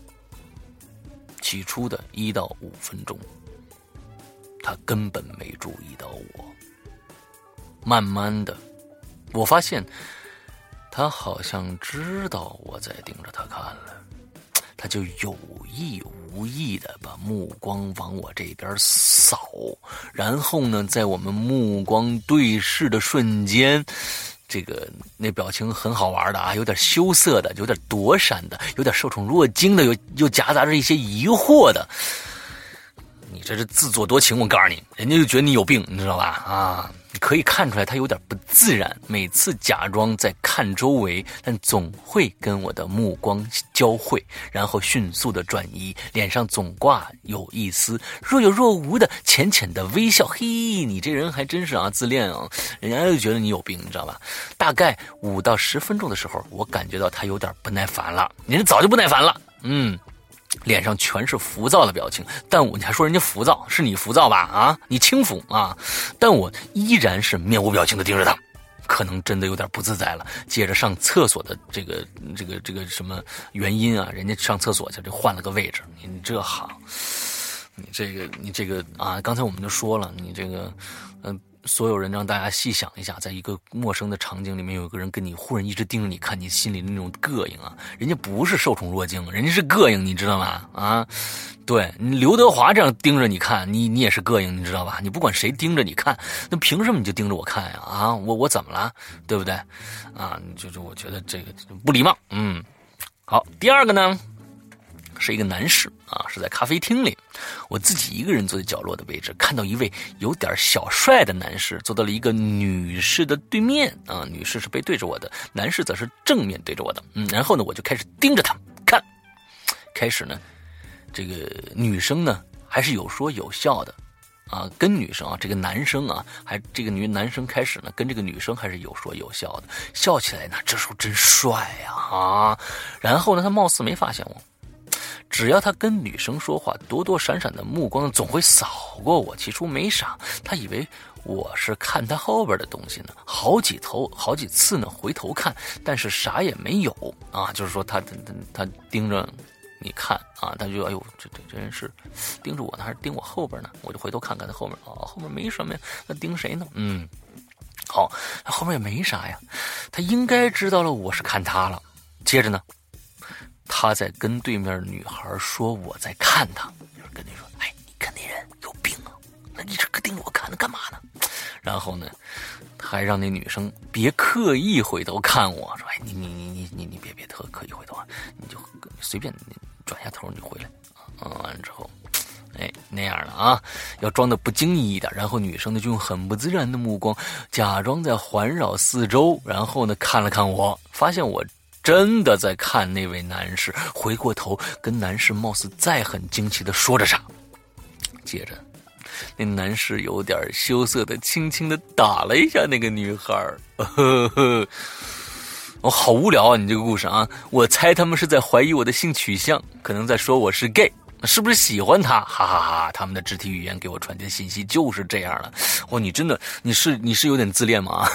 起初的一到五分钟，她根本没注意到我。慢慢的。我发现他好像知道我在盯着他看了，他就有意无意的把目光往我这边扫，然后呢，在我们目光对视的瞬间，这个那表情很好玩的啊，有点羞涩的，有点躲闪的，有点受宠若惊的，又又夹杂着一些疑惑的。你这是自作多情，我告诉你，人家就觉得你有病，你知道吧？啊，你可以看出来他有点不自然，每次假装在看周围，但总会跟我的目光交汇，然后迅速的转移，脸上总挂有一丝若有若无的浅浅的微笑。嘿，你这人还真是啊，自恋啊，人家就觉得你有病，你知道吧？大概五到十分钟的时候，我感觉到他有点不耐烦了，人早就不耐烦了，嗯。脸上全是浮躁的表情，但我你还说人家浮躁，是你浮躁吧？啊，你轻浮啊！但我依然是面无表情的盯着他，可能真的有点不自在了。接着上厕所的这个这个这个什么原因啊？人家上厕所去，这换了个位置，你这好，你这个你这个啊，刚才我们就说了，你这个嗯。呃所有人让大家细想一下，在一个陌生的场景里面，有一个人跟你忽然一直盯着你看，你心里的那种膈应啊！人家不是受宠若惊，人家是膈应，你知道吗？啊，对你刘德华这样盯着你看，你你也是膈应，你知道吧？你不管谁盯着你看，那凭什么你就盯着我看呀？啊，我我怎么了？对不对？啊，就是我觉得这个不礼貌。嗯，好，第二个呢？是一个男士啊，是在咖啡厅里，我自己一个人坐在角落的位置，看到一位有点小帅的男士坐到了一个女士的对面啊，女士是背对着我的，男士则是正面对着我的，嗯，然后呢，我就开始盯着他看，开始呢，这个女生呢还是有说有笑的。啊，跟女生啊，这个男生啊，还这个女男生开始呢，跟这个女生还是有说有笑的，笑起来呢，这时候真帅呀啊！然后呢，他貌似没发现我。只要他跟女生说话，躲躲闪闪的目光总会扫过我。起初没傻，他以为我是看他后边的东西呢，好几头好几次呢回头看，但是啥也没有啊。就是说他他他盯着你看啊，他就哎呦，这这这人是盯着我呢，还是盯我后边呢？我就回头看看他后面，哦，后面没什么呀，那盯谁呢？嗯，好，后面也没啥呀，他应该知道了我是看他了。接着呢。他在跟对面女孩说我在看他，就是跟你说，哎，你看那人有病啊，那你这盯着我看他干嘛呢？然后呢，他还让那女生别刻意回头看我，说，哎，你你你你你你别别特刻意回头啊，你就随便你转下头你回来，嗯，完了之后。哎，那样的啊，要装的不经意一点，然后女生呢就用很不自然的目光，假装在环绕四周，然后呢看了看我，发现我真的在看那位男士，回过头跟男士貌似再很惊奇的说着啥，接着那男士有点羞涩的轻轻的打了一下那个女孩，呵呵。我、哦、好无聊啊，你这个故事啊，我猜他们是在怀疑我的性取向，可能在说我是 gay。是不是喜欢他？哈哈哈！他们的肢体语言给我传递的信息就是这样的。哦，你真的，你是你是有点自恋吗？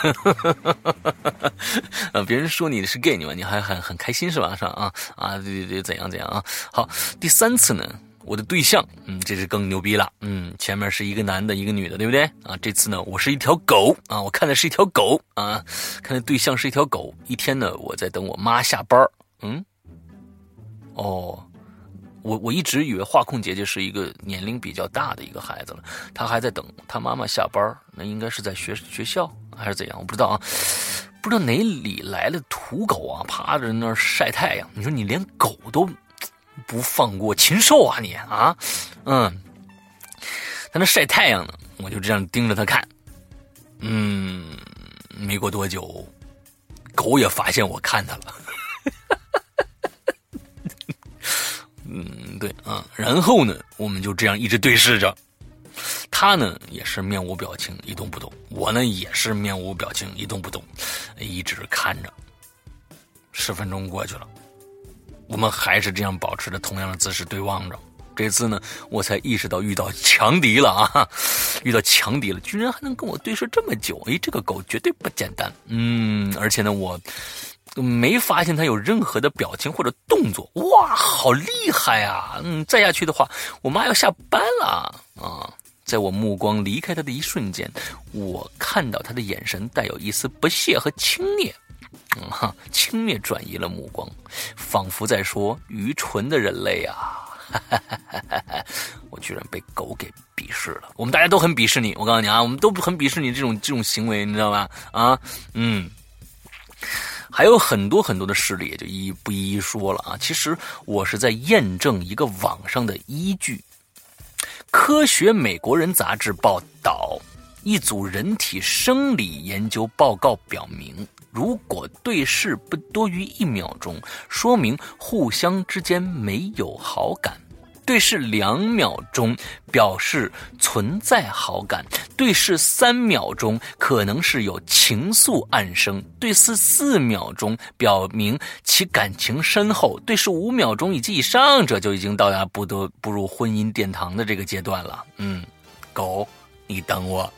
啊，别人说你是 gay 你嘛，你还很很开心是吧？是吧？啊啊，对对对，怎样怎样啊？好，第三次呢，我的对象，嗯，这是更牛逼了，嗯，前面是一个男的，一个女的，对不对？啊，这次呢，我是一条狗啊，我看的是一条狗啊，看的对象是一条狗。一天呢，我在等我妈下班，嗯，哦。我我一直以为画控姐姐是一个年龄比较大的一个孩子了，她还在等她妈妈下班，那应该是在学学校还是怎样，我不知道啊，不知道哪里来的土狗啊，趴着那儿晒太阳。你说你连狗都不放过，禽兽啊你啊，嗯，他那晒太阳呢，我就这样盯着他看，嗯，没过多久，狗也发现我看他了。嗯，对啊，然后呢，我们就这样一直对视着，他呢也是面无表情，一动不动，我呢也是面无表情，一动不动，一直看着。十分钟过去了，我们还是这样保持着同样的姿势对望着。这次呢，我才意识到遇到强敌了啊！遇到强敌了，居然还能跟我对视这么久，诶，这个狗绝对不简单。嗯，而且呢，我没发现他有任何的表情或者动作，哇，好厉害啊！嗯，再下去的话，我妈要下班了啊！在我目光离开他的一瞬间，我看到他的眼神带有一丝不屑和轻蔑，嗯哈，轻蔑转移了目光，仿佛在说：“愚蠢的人类啊！”我居然被狗给鄙视了。我们大家都很鄙视你，我告诉你啊，我们都很鄙视你这种这种行为，你知道吧？啊，嗯。还有很多很多的事例，也就一一不一一说了啊。其实我是在验证一个网上的依据。科学美国人杂志报道，一组人体生理研究报告表明，如果对视不多于一秒钟，说明互相之间没有好感；对视两秒钟表示存在好感；对视三秒钟可能是有情愫暗生；对视四秒钟表明其感情深厚；对视五秒钟以及以上，这就已经到达不得步入婚姻殿堂的这个阶段了。嗯，狗。你等我，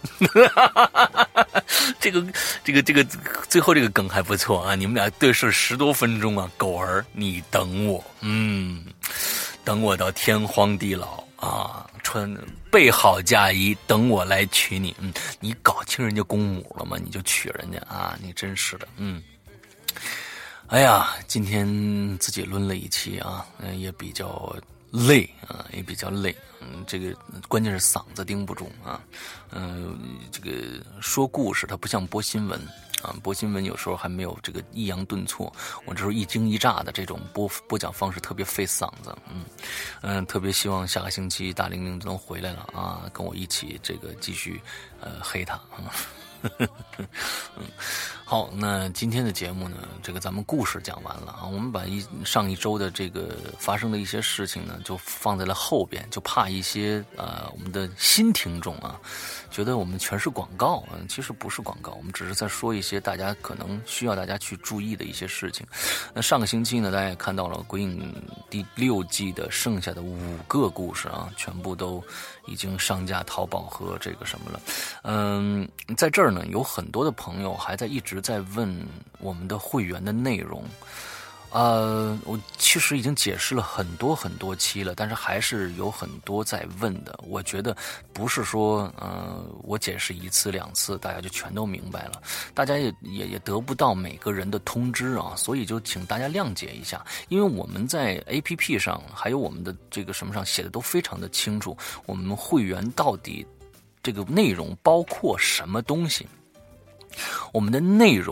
这个这个这个最后这个梗还不错啊！你们俩对视十多分钟啊，狗儿，你等我，嗯，等我到天荒地老啊，穿备好嫁衣，等我来娶你。嗯，你搞清人家公母了吗？你就娶人家啊！你真是的，嗯。哎呀，今天自己抡了一期啊，嗯，也比较累啊，也比较累。嗯，这个关键是嗓子盯不住啊。嗯、呃，这个说故事它不像播新闻啊，播新闻有时候还没有这个抑扬顿挫，我这时候一惊一乍的这种播播讲方式特别费嗓子。嗯嗯，特别希望下个星期大玲玲能回来了啊，跟我一起这个继续呃黑他啊。嗯，好，那今天的节目呢，这个咱们故事讲完了啊，我们把一上一周的这个发生的一些事情呢，就放在了后边，就怕一些呃我们的新听众啊，觉得我们全是广告，嗯，其实不是广告，我们只是在说一些大家可能需要大家去注意的一些事情。那上个星期呢，大家也看到了《鬼影》第六季的剩下的五个故事啊，全部都已经上架淘宝和这个什么了。嗯，在这儿呢，有很多的朋友还在一直在问我们的会员的内容。呃，我其实已经解释了很多很多期了，但是还是有很多在问的。我觉得不是说，呃，我解释一次两次，大家就全都明白了，大家也也也得不到每个人的通知啊，所以就请大家谅解一下，因为我们在 A P P 上还有我们的这个什么上写的都非常的清楚，我们会员到底这个内容包括什么东西，我们的内容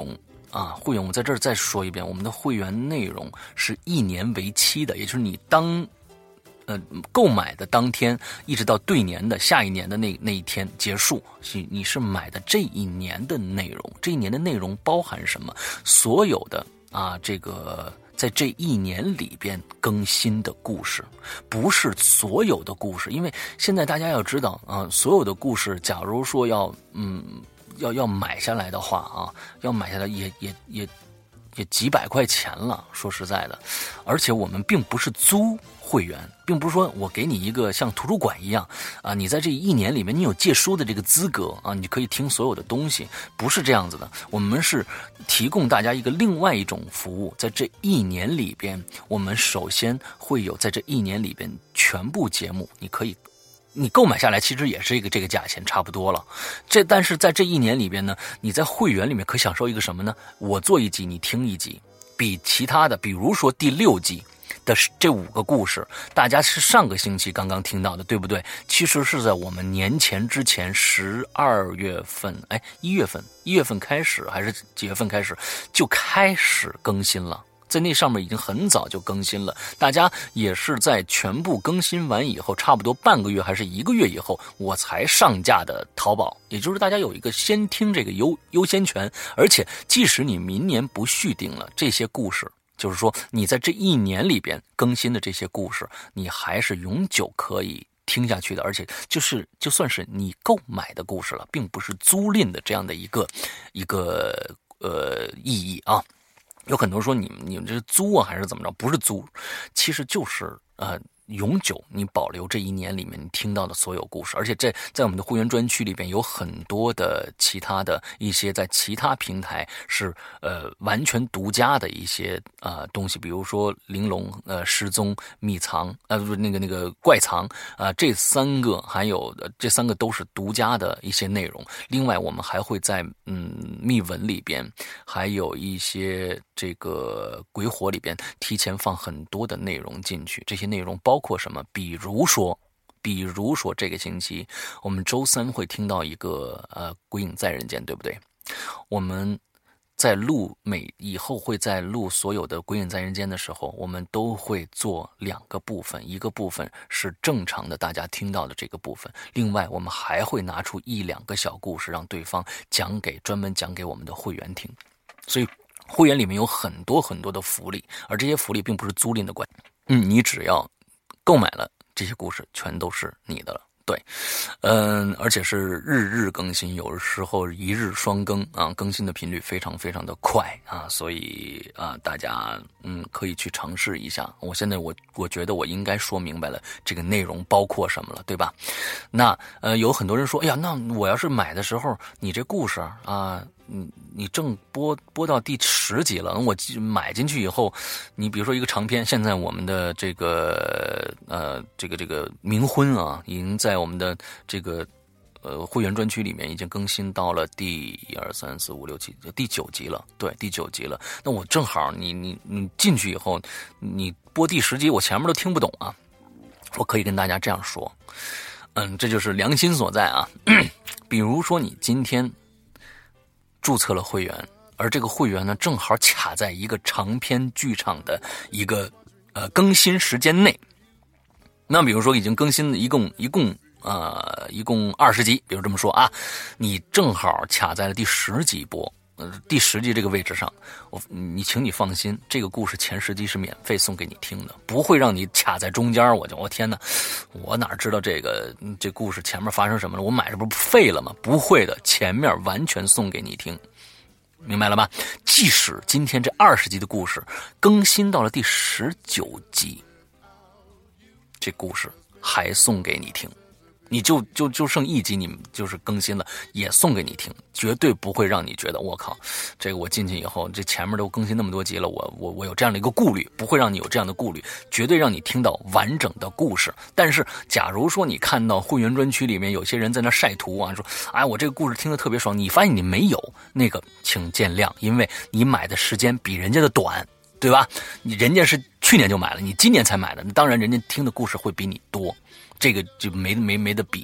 啊，会员我在这儿再说一遍，我们的会员内容是一年为期的，也就是你当呃购买的当天，一直到对年的下一年的那那一天结束，是你是买的这一年的内容。这一年的内容包含什么？所有的啊，这个在这一年里边更新的故事，不是所有的故事，因为现在大家要知道啊，所有的故事，假如说要嗯。要要买下来的话啊，要买下来也也也也几百块钱了。说实在的，而且我们并不是租会员，并不是说我给你一个像图书馆一样啊，你在这一年里面你有借书的这个资格啊，你可以听所有的东西，不是这样子的。我们是提供大家一个另外一种服务，在这一年里边，我们首先会有在这一年里边全部节目，你可以。你购买下来其实也是一个这个价钱差不多了，这但是在这一年里边呢，你在会员里面可享受一个什么呢？我做一集你听一集，比其他的比如说第六集的这五个故事，大家是上个星期刚刚听到的，对不对？其实是在我们年前之前十二月份，哎，一月份一月份开始还是几月份开始就开始更新了。在那上面已经很早就更新了，大家也是在全部更新完以后，差不多半个月还是一个月以后，我才上架的淘宝，也就是大家有一个先听这个优优先权，而且即使你明年不续订了这些故事，就是说你在这一年里边更新的这些故事，你还是永久可以听下去的，而且就是就算是你购买的故事了，并不是租赁的这样的一个一个呃意义啊。有很多人说你们你们这是租啊还是怎么着？不是租，其实就是呃永久你保留这一年里面你听到的所有故事，而且这在我们的会员专区里边有很多的其他的一些在其他平台是呃完全独家的一些呃东西，比如说玲珑、呃失踪、秘藏呃不是那个那个怪藏啊、呃、这三个还有这三个都是独家的一些内容。另外我们还会在嗯秘文里边还有一些这个鬼火里边提前放很多的内容进去，这些内容包括什么？比如说，比如说这个星期我们周三会听到一个呃鬼影在人间，对不对？我们在录每以后会在录所有的鬼影在人间的时候，我们都会做两个部分，一个部分是正常的大家听到的这个部分，另外我们还会拿出一两个小故事让对方讲给专门讲给我们的会员听，所以会员里面有很多很多的福利，而这些福利并不是租赁的关系，嗯，你只要购买了这些故事，全都是你的了。对，嗯，而且是日日更新，有的时候一日双更啊，更新的频率非常非常的快啊，所以啊，大家嗯可以去尝试一下。我现在我我觉得我应该说明白了这个内容包括什么了，对吧？那呃，有很多人说，哎呀，那我要是买的时候，你这故事啊。你你正播播到第十集了，我买进去以后，你比如说一个长篇，现在我们的这个呃这个这个冥婚啊，已经在我们的这个呃会员专区里面已经更新到了第一二三四五六七第九集了，对，第九集了。那我正好你你你进去以后，你播第十集，我前面都听不懂啊，我可以跟大家这样说，嗯，这就是良心所在啊。比如说你今天注册了会员，而这个会员呢，正好卡在一个长篇剧场的一个呃更新时间内。那比如说已经更新一共一共呃一共二十集，比如这么说啊，你正好卡在了第十集播，呃第十集这个位置上，我你请你放心，这个故事前十集是免费送给你听的，不会让你卡在中间。我就我天哪，我哪知道这个这故事前面发生什么了？我买这不是废了吗？不会的，前面完全送给你听。明白了吗？即使今天这二十集的故事更新到了第十九集，这故事还送给你听，你就就就剩一集，你们就是更新了，也送给你听，绝对不会让你觉得我靠，这个我进去以后，这前面都更新那么多集了，我我我有这样的一个顾虑，不会让你有这样的顾虑，绝对让你听到完整的故事。但是，假如说你看到会员专区里面有些人在那晒图啊，说，哎，我这个故事听得特别爽，你发现你没有那个，请见谅，因为你买的时间比人家的短。对吧？你人家是去年就买了，你今年才买的，当然人家听的故事会比你多，这个就没没没得比的，对。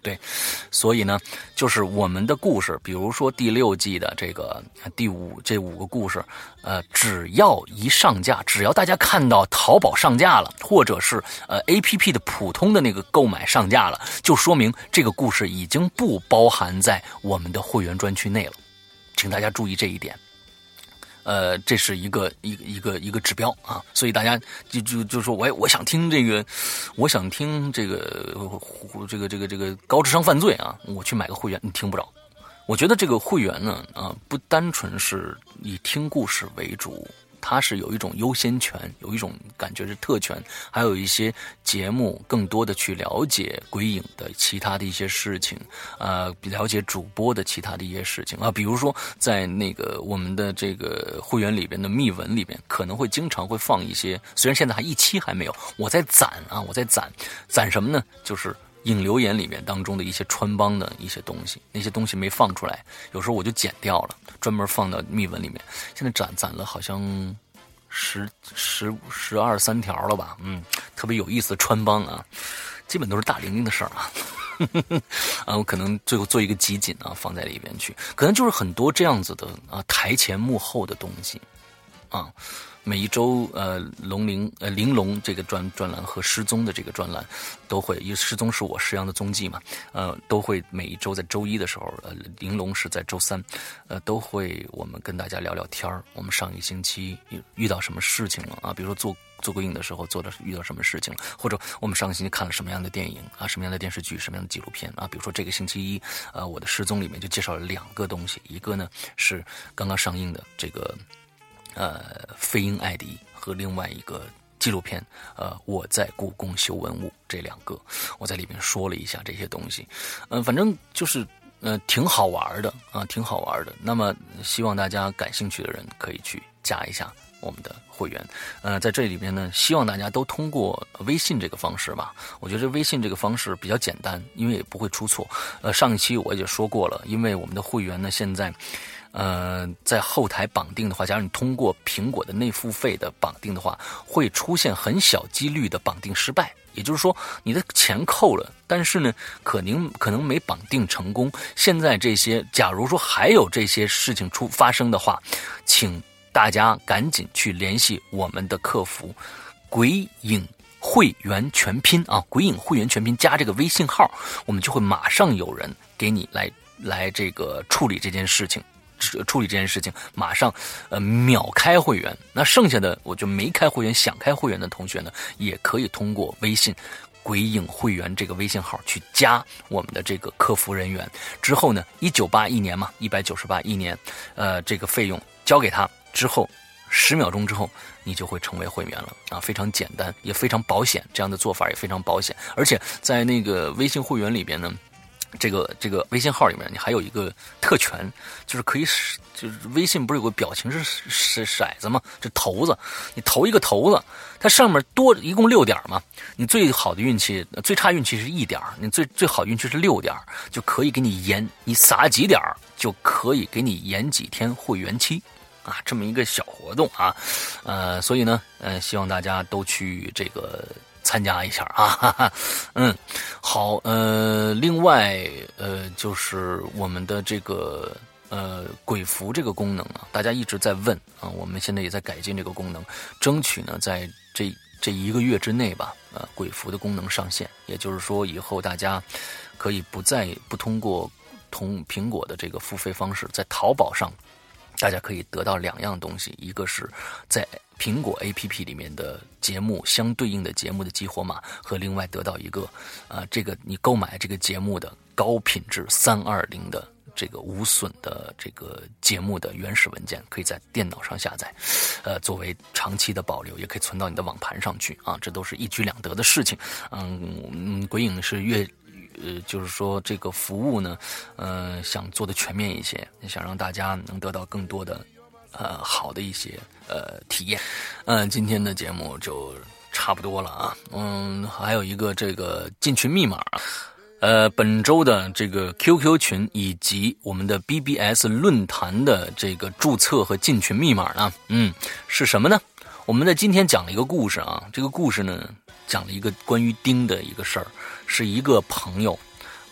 对，所以呢，就是我们的故事，比如说第六季的这个第五这五个故事，呃，只要一上架，只要大家看到淘宝上架了，或者是呃 A P P 的普通的那个购买上架了，就说明这个故事已经不包含在我们的会员专区内了，请大家注意这一点。呃，这是一个一个一个一个指标啊，所以大家就就就说，我我想听这个，我想听这个这个这个这个高智商犯罪啊，我去买个会员，你听不着。我觉得这个会员呢，啊，不单纯是以听故事为主。它是有一种优先权，有一种感觉是特权，还有一些节目更多的去了解鬼影的其他的一些事情，呃，了解主播的其他的一些事情啊，比如说在那个我们的这个会员里边的密文里边，可能会经常会放一些，虽然现在还一期还没有，我在攒啊，我在攒，攒什么呢？就是影留言里面当中的一些穿帮的一些东西，那些东西没放出来，有时候我就剪掉了，专门放到密文里面。现在攒攒了好像十十十二三条了吧，嗯，特别有意思的穿帮啊，基本都是大玲玲的事儿啊。啊，我可能最后做一个集锦啊，放在里边去，可能就是很多这样子的啊，台前幕后的东西啊。每一周，呃，龙鳞呃玲珑这个专专栏和失踪的这个专栏，都会，因为失踪是我石阳的踪迹嘛，呃，都会每一周在周一的时候，呃，玲珑是在周三，呃，都会我们跟大家聊聊天儿。我们上一星期遇到什么事情了啊？比如说做做鬼影的时候，做的遇到什么事情了，或者我们上个星期看了什么样的电影啊，什么样的电视剧，什么样的纪录片啊？比如说这个星期一，呃，我的失踪里面就介绍了两个东西，一个呢是刚刚上映的这个。呃，飞鹰艾迪和另外一个纪录片，呃，我在故宫修文物，这两个我在里面说了一下这些东西，嗯、呃，反正就是呃挺好玩的啊、呃，挺好玩的。那么希望大家感兴趣的人可以去加一下我们的会员，呃，在这里边呢，希望大家都通过微信这个方式吧。我觉得微信这个方式比较简单，因为也不会出错。呃，上一期我也说过了，因为我们的会员呢现在。呃，在后台绑定的话，假如你通过苹果的内付费的绑定的话，会出现很小几率的绑定失败。也就是说，你的钱扣了，但是呢，可能可能没绑定成功。现在这些，假如说还有这些事情出发生的话，请大家赶紧去联系我们的客服，鬼影会员全拼啊，鬼影会员全拼加这个微信号，我们就会马上有人给你来来这个处理这件事情。处理这件事情，马上呃秒开会员。那剩下的我就没开会员，想开会员的同学呢，也可以通过微信鬼影会员这个微信号去加我们的这个客服人员。之后呢，一九八一年嘛，一百九十八一年，呃，这个费用交给他之后，十秒钟之后你就会成为会员了啊，非常简单，也非常保险。这样的做法也非常保险，而且在那个微信会员里边呢。这个这个微信号里面，你还有一个特权，就是可以，就是微信不是有个表情是是骰子吗？这骰子，你投一个骰子，它上面多一共六点嘛，你最好的运气，最差运气是一点，你最最好运气是六点，就可以给你延，你撒几点就可以给你延几天会员期。啊，这么一个小活动啊，呃，所以呢，呃，希望大家都去这个参加一下啊，哈哈，嗯，好，呃，另外，呃，就是我们的这个呃鬼符这个功能啊，大家一直在问啊，我们现在也在改进这个功能，争取呢在这这一个月之内吧，呃，鬼符的功能上线，也就是说以后大家可以不再不通过同苹果的这个付费方式，在淘宝上。大家可以得到两样东西，一个是在苹果 A P P 里面的节目相对应的节目的激活码，和另外得到一个，呃，这个你购买这个节目的高品质三二零的这个无损的这个节目的原始文件，可以在电脑上下载，呃，作为长期的保留，也可以存到你的网盘上去啊，这都是一举两得的事情。嗯嗯，鬼影是越。呃，就是说这个服务呢，呃，想做的全面一些，想让大家能得到更多的，呃，好的一些呃体验。嗯、呃，今天的节目就差不多了啊。嗯，还有一个这个进群密码，呃，本周的这个 Q Q 群以及我们的 B B S 论坛的这个注册和进群密码呢，嗯，是什么呢？我们在今天讲了一个故事啊，这个故事呢。讲了一个关于丁的一个事儿，是一个朋友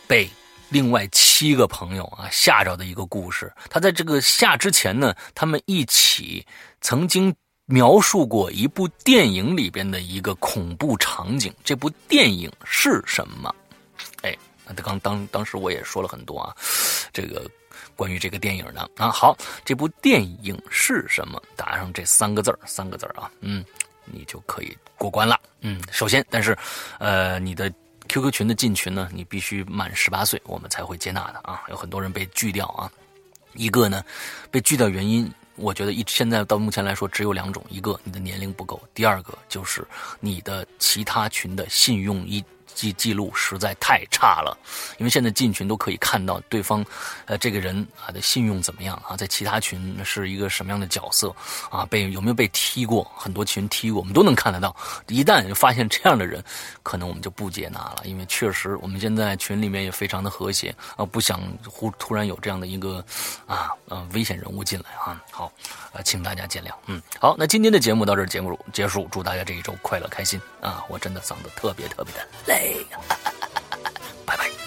被另外七个朋友啊吓着的一个故事。他在这个吓之前呢，他们一起曾经描述过一部电影里边的一个恐怖场景。这部电影是什么？哎，刚当当时我也说了很多啊，这个关于这个电影的啊。好，这部电影是什么？打上这三个字儿，三个字儿啊，嗯，你就可以过关了。嗯，首先，但是，呃，你的 Q Q 群的进群呢，你必须满十八岁，我们才会接纳的啊。有很多人被拒掉啊。一个呢，被拒掉原因，我觉得一现在到目前来说只有两种：一个你的年龄不够，第二个就是你的其他群的信用一。记记录实在太差了，因为现在进群都可以看到对方，呃，这个人啊的信用怎么样啊，在其他群是一个什么样的角色啊，被有没有被踢过，很多群踢过，我们都能看得到。一旦发现这样的人，可能我们就不接纳了，因为确实我们现在群里面也非常的和谐啊，不想忽突然有这样的一个啊呃危险人物进来啊。好，呃，请大家见谅。嗯，好，那今天的节目到这儿节目结束，祝大家这一周快乐开心啊！我真的嗓子特别特别的累。拜拜。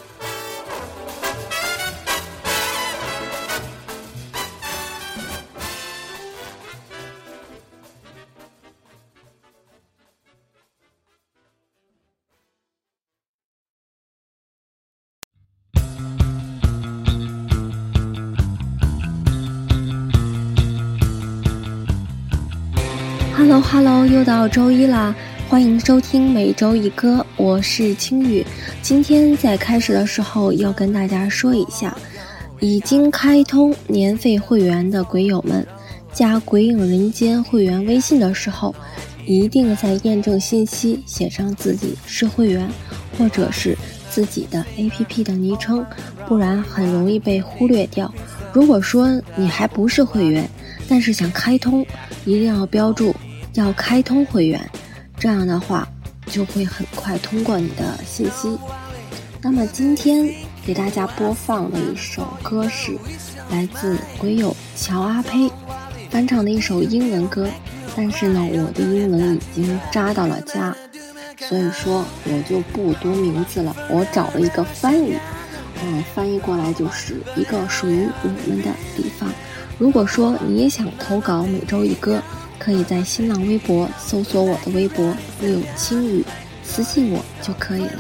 Hello Hello， 又到周一啦。欢迎收听每周一歌，我是青雨。今天在开始的时候要跟大家说一下，已经开通年费会员的鬼友们，加鬼影人间会员微信的时候，一定在验证信息写上自己是会员，或者是自己的 A P P 的昵称，不然很容易被忽略掉。如果说你还不是会员，但是想开通，一定要标注要开通会员，这样的话就会很快通过你的信息。那么今天给大家播放的一首歌是来自鬼友乔阿呸翻唱的一首英文歌，但是呢我的英文已经扎到了家，所以说我就不读名字了，我找了一个翻译，嗯，翻译过来就是一个属于我们的地方。如果说你也想投稿每周一歌，可以在新浪微博搜索我的微博柳青雨，私信我就可以了。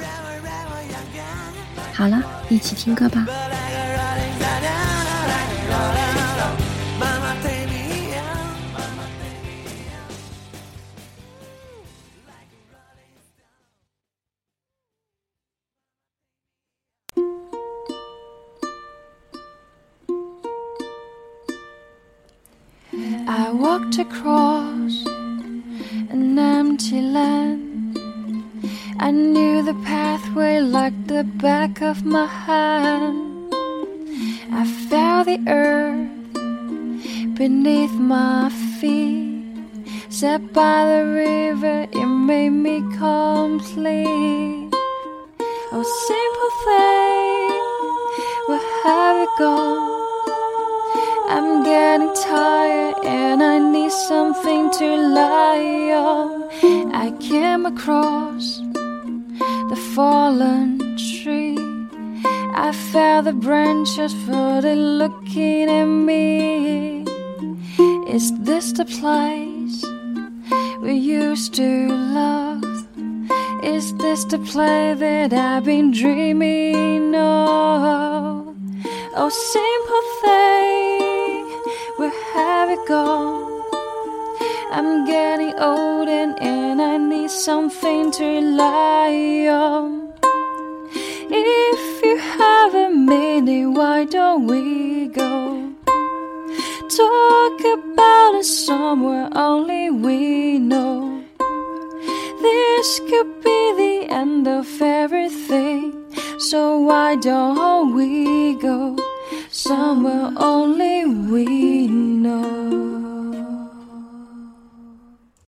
好了，一起听歌吧。 I walked across an empty land. I knew the pathway like the back of my hand. I felt the earth beneath my feet. Sat by the river, it made me complete. Oh, simple thing, where have you gone? I'm getting tired and I need something to lie on. I came across the fallen tree. I felt the branches floating looking at me. Is this the place we used to love? Is this the place that I've been dreaming of? Oh, simple thing, where have you gone? I'm getting old and, and I need something to lie on. If you have a minute, why don't we go talk about it somewhere only we know? This could be the end of everything, so why don't we go somewhere only we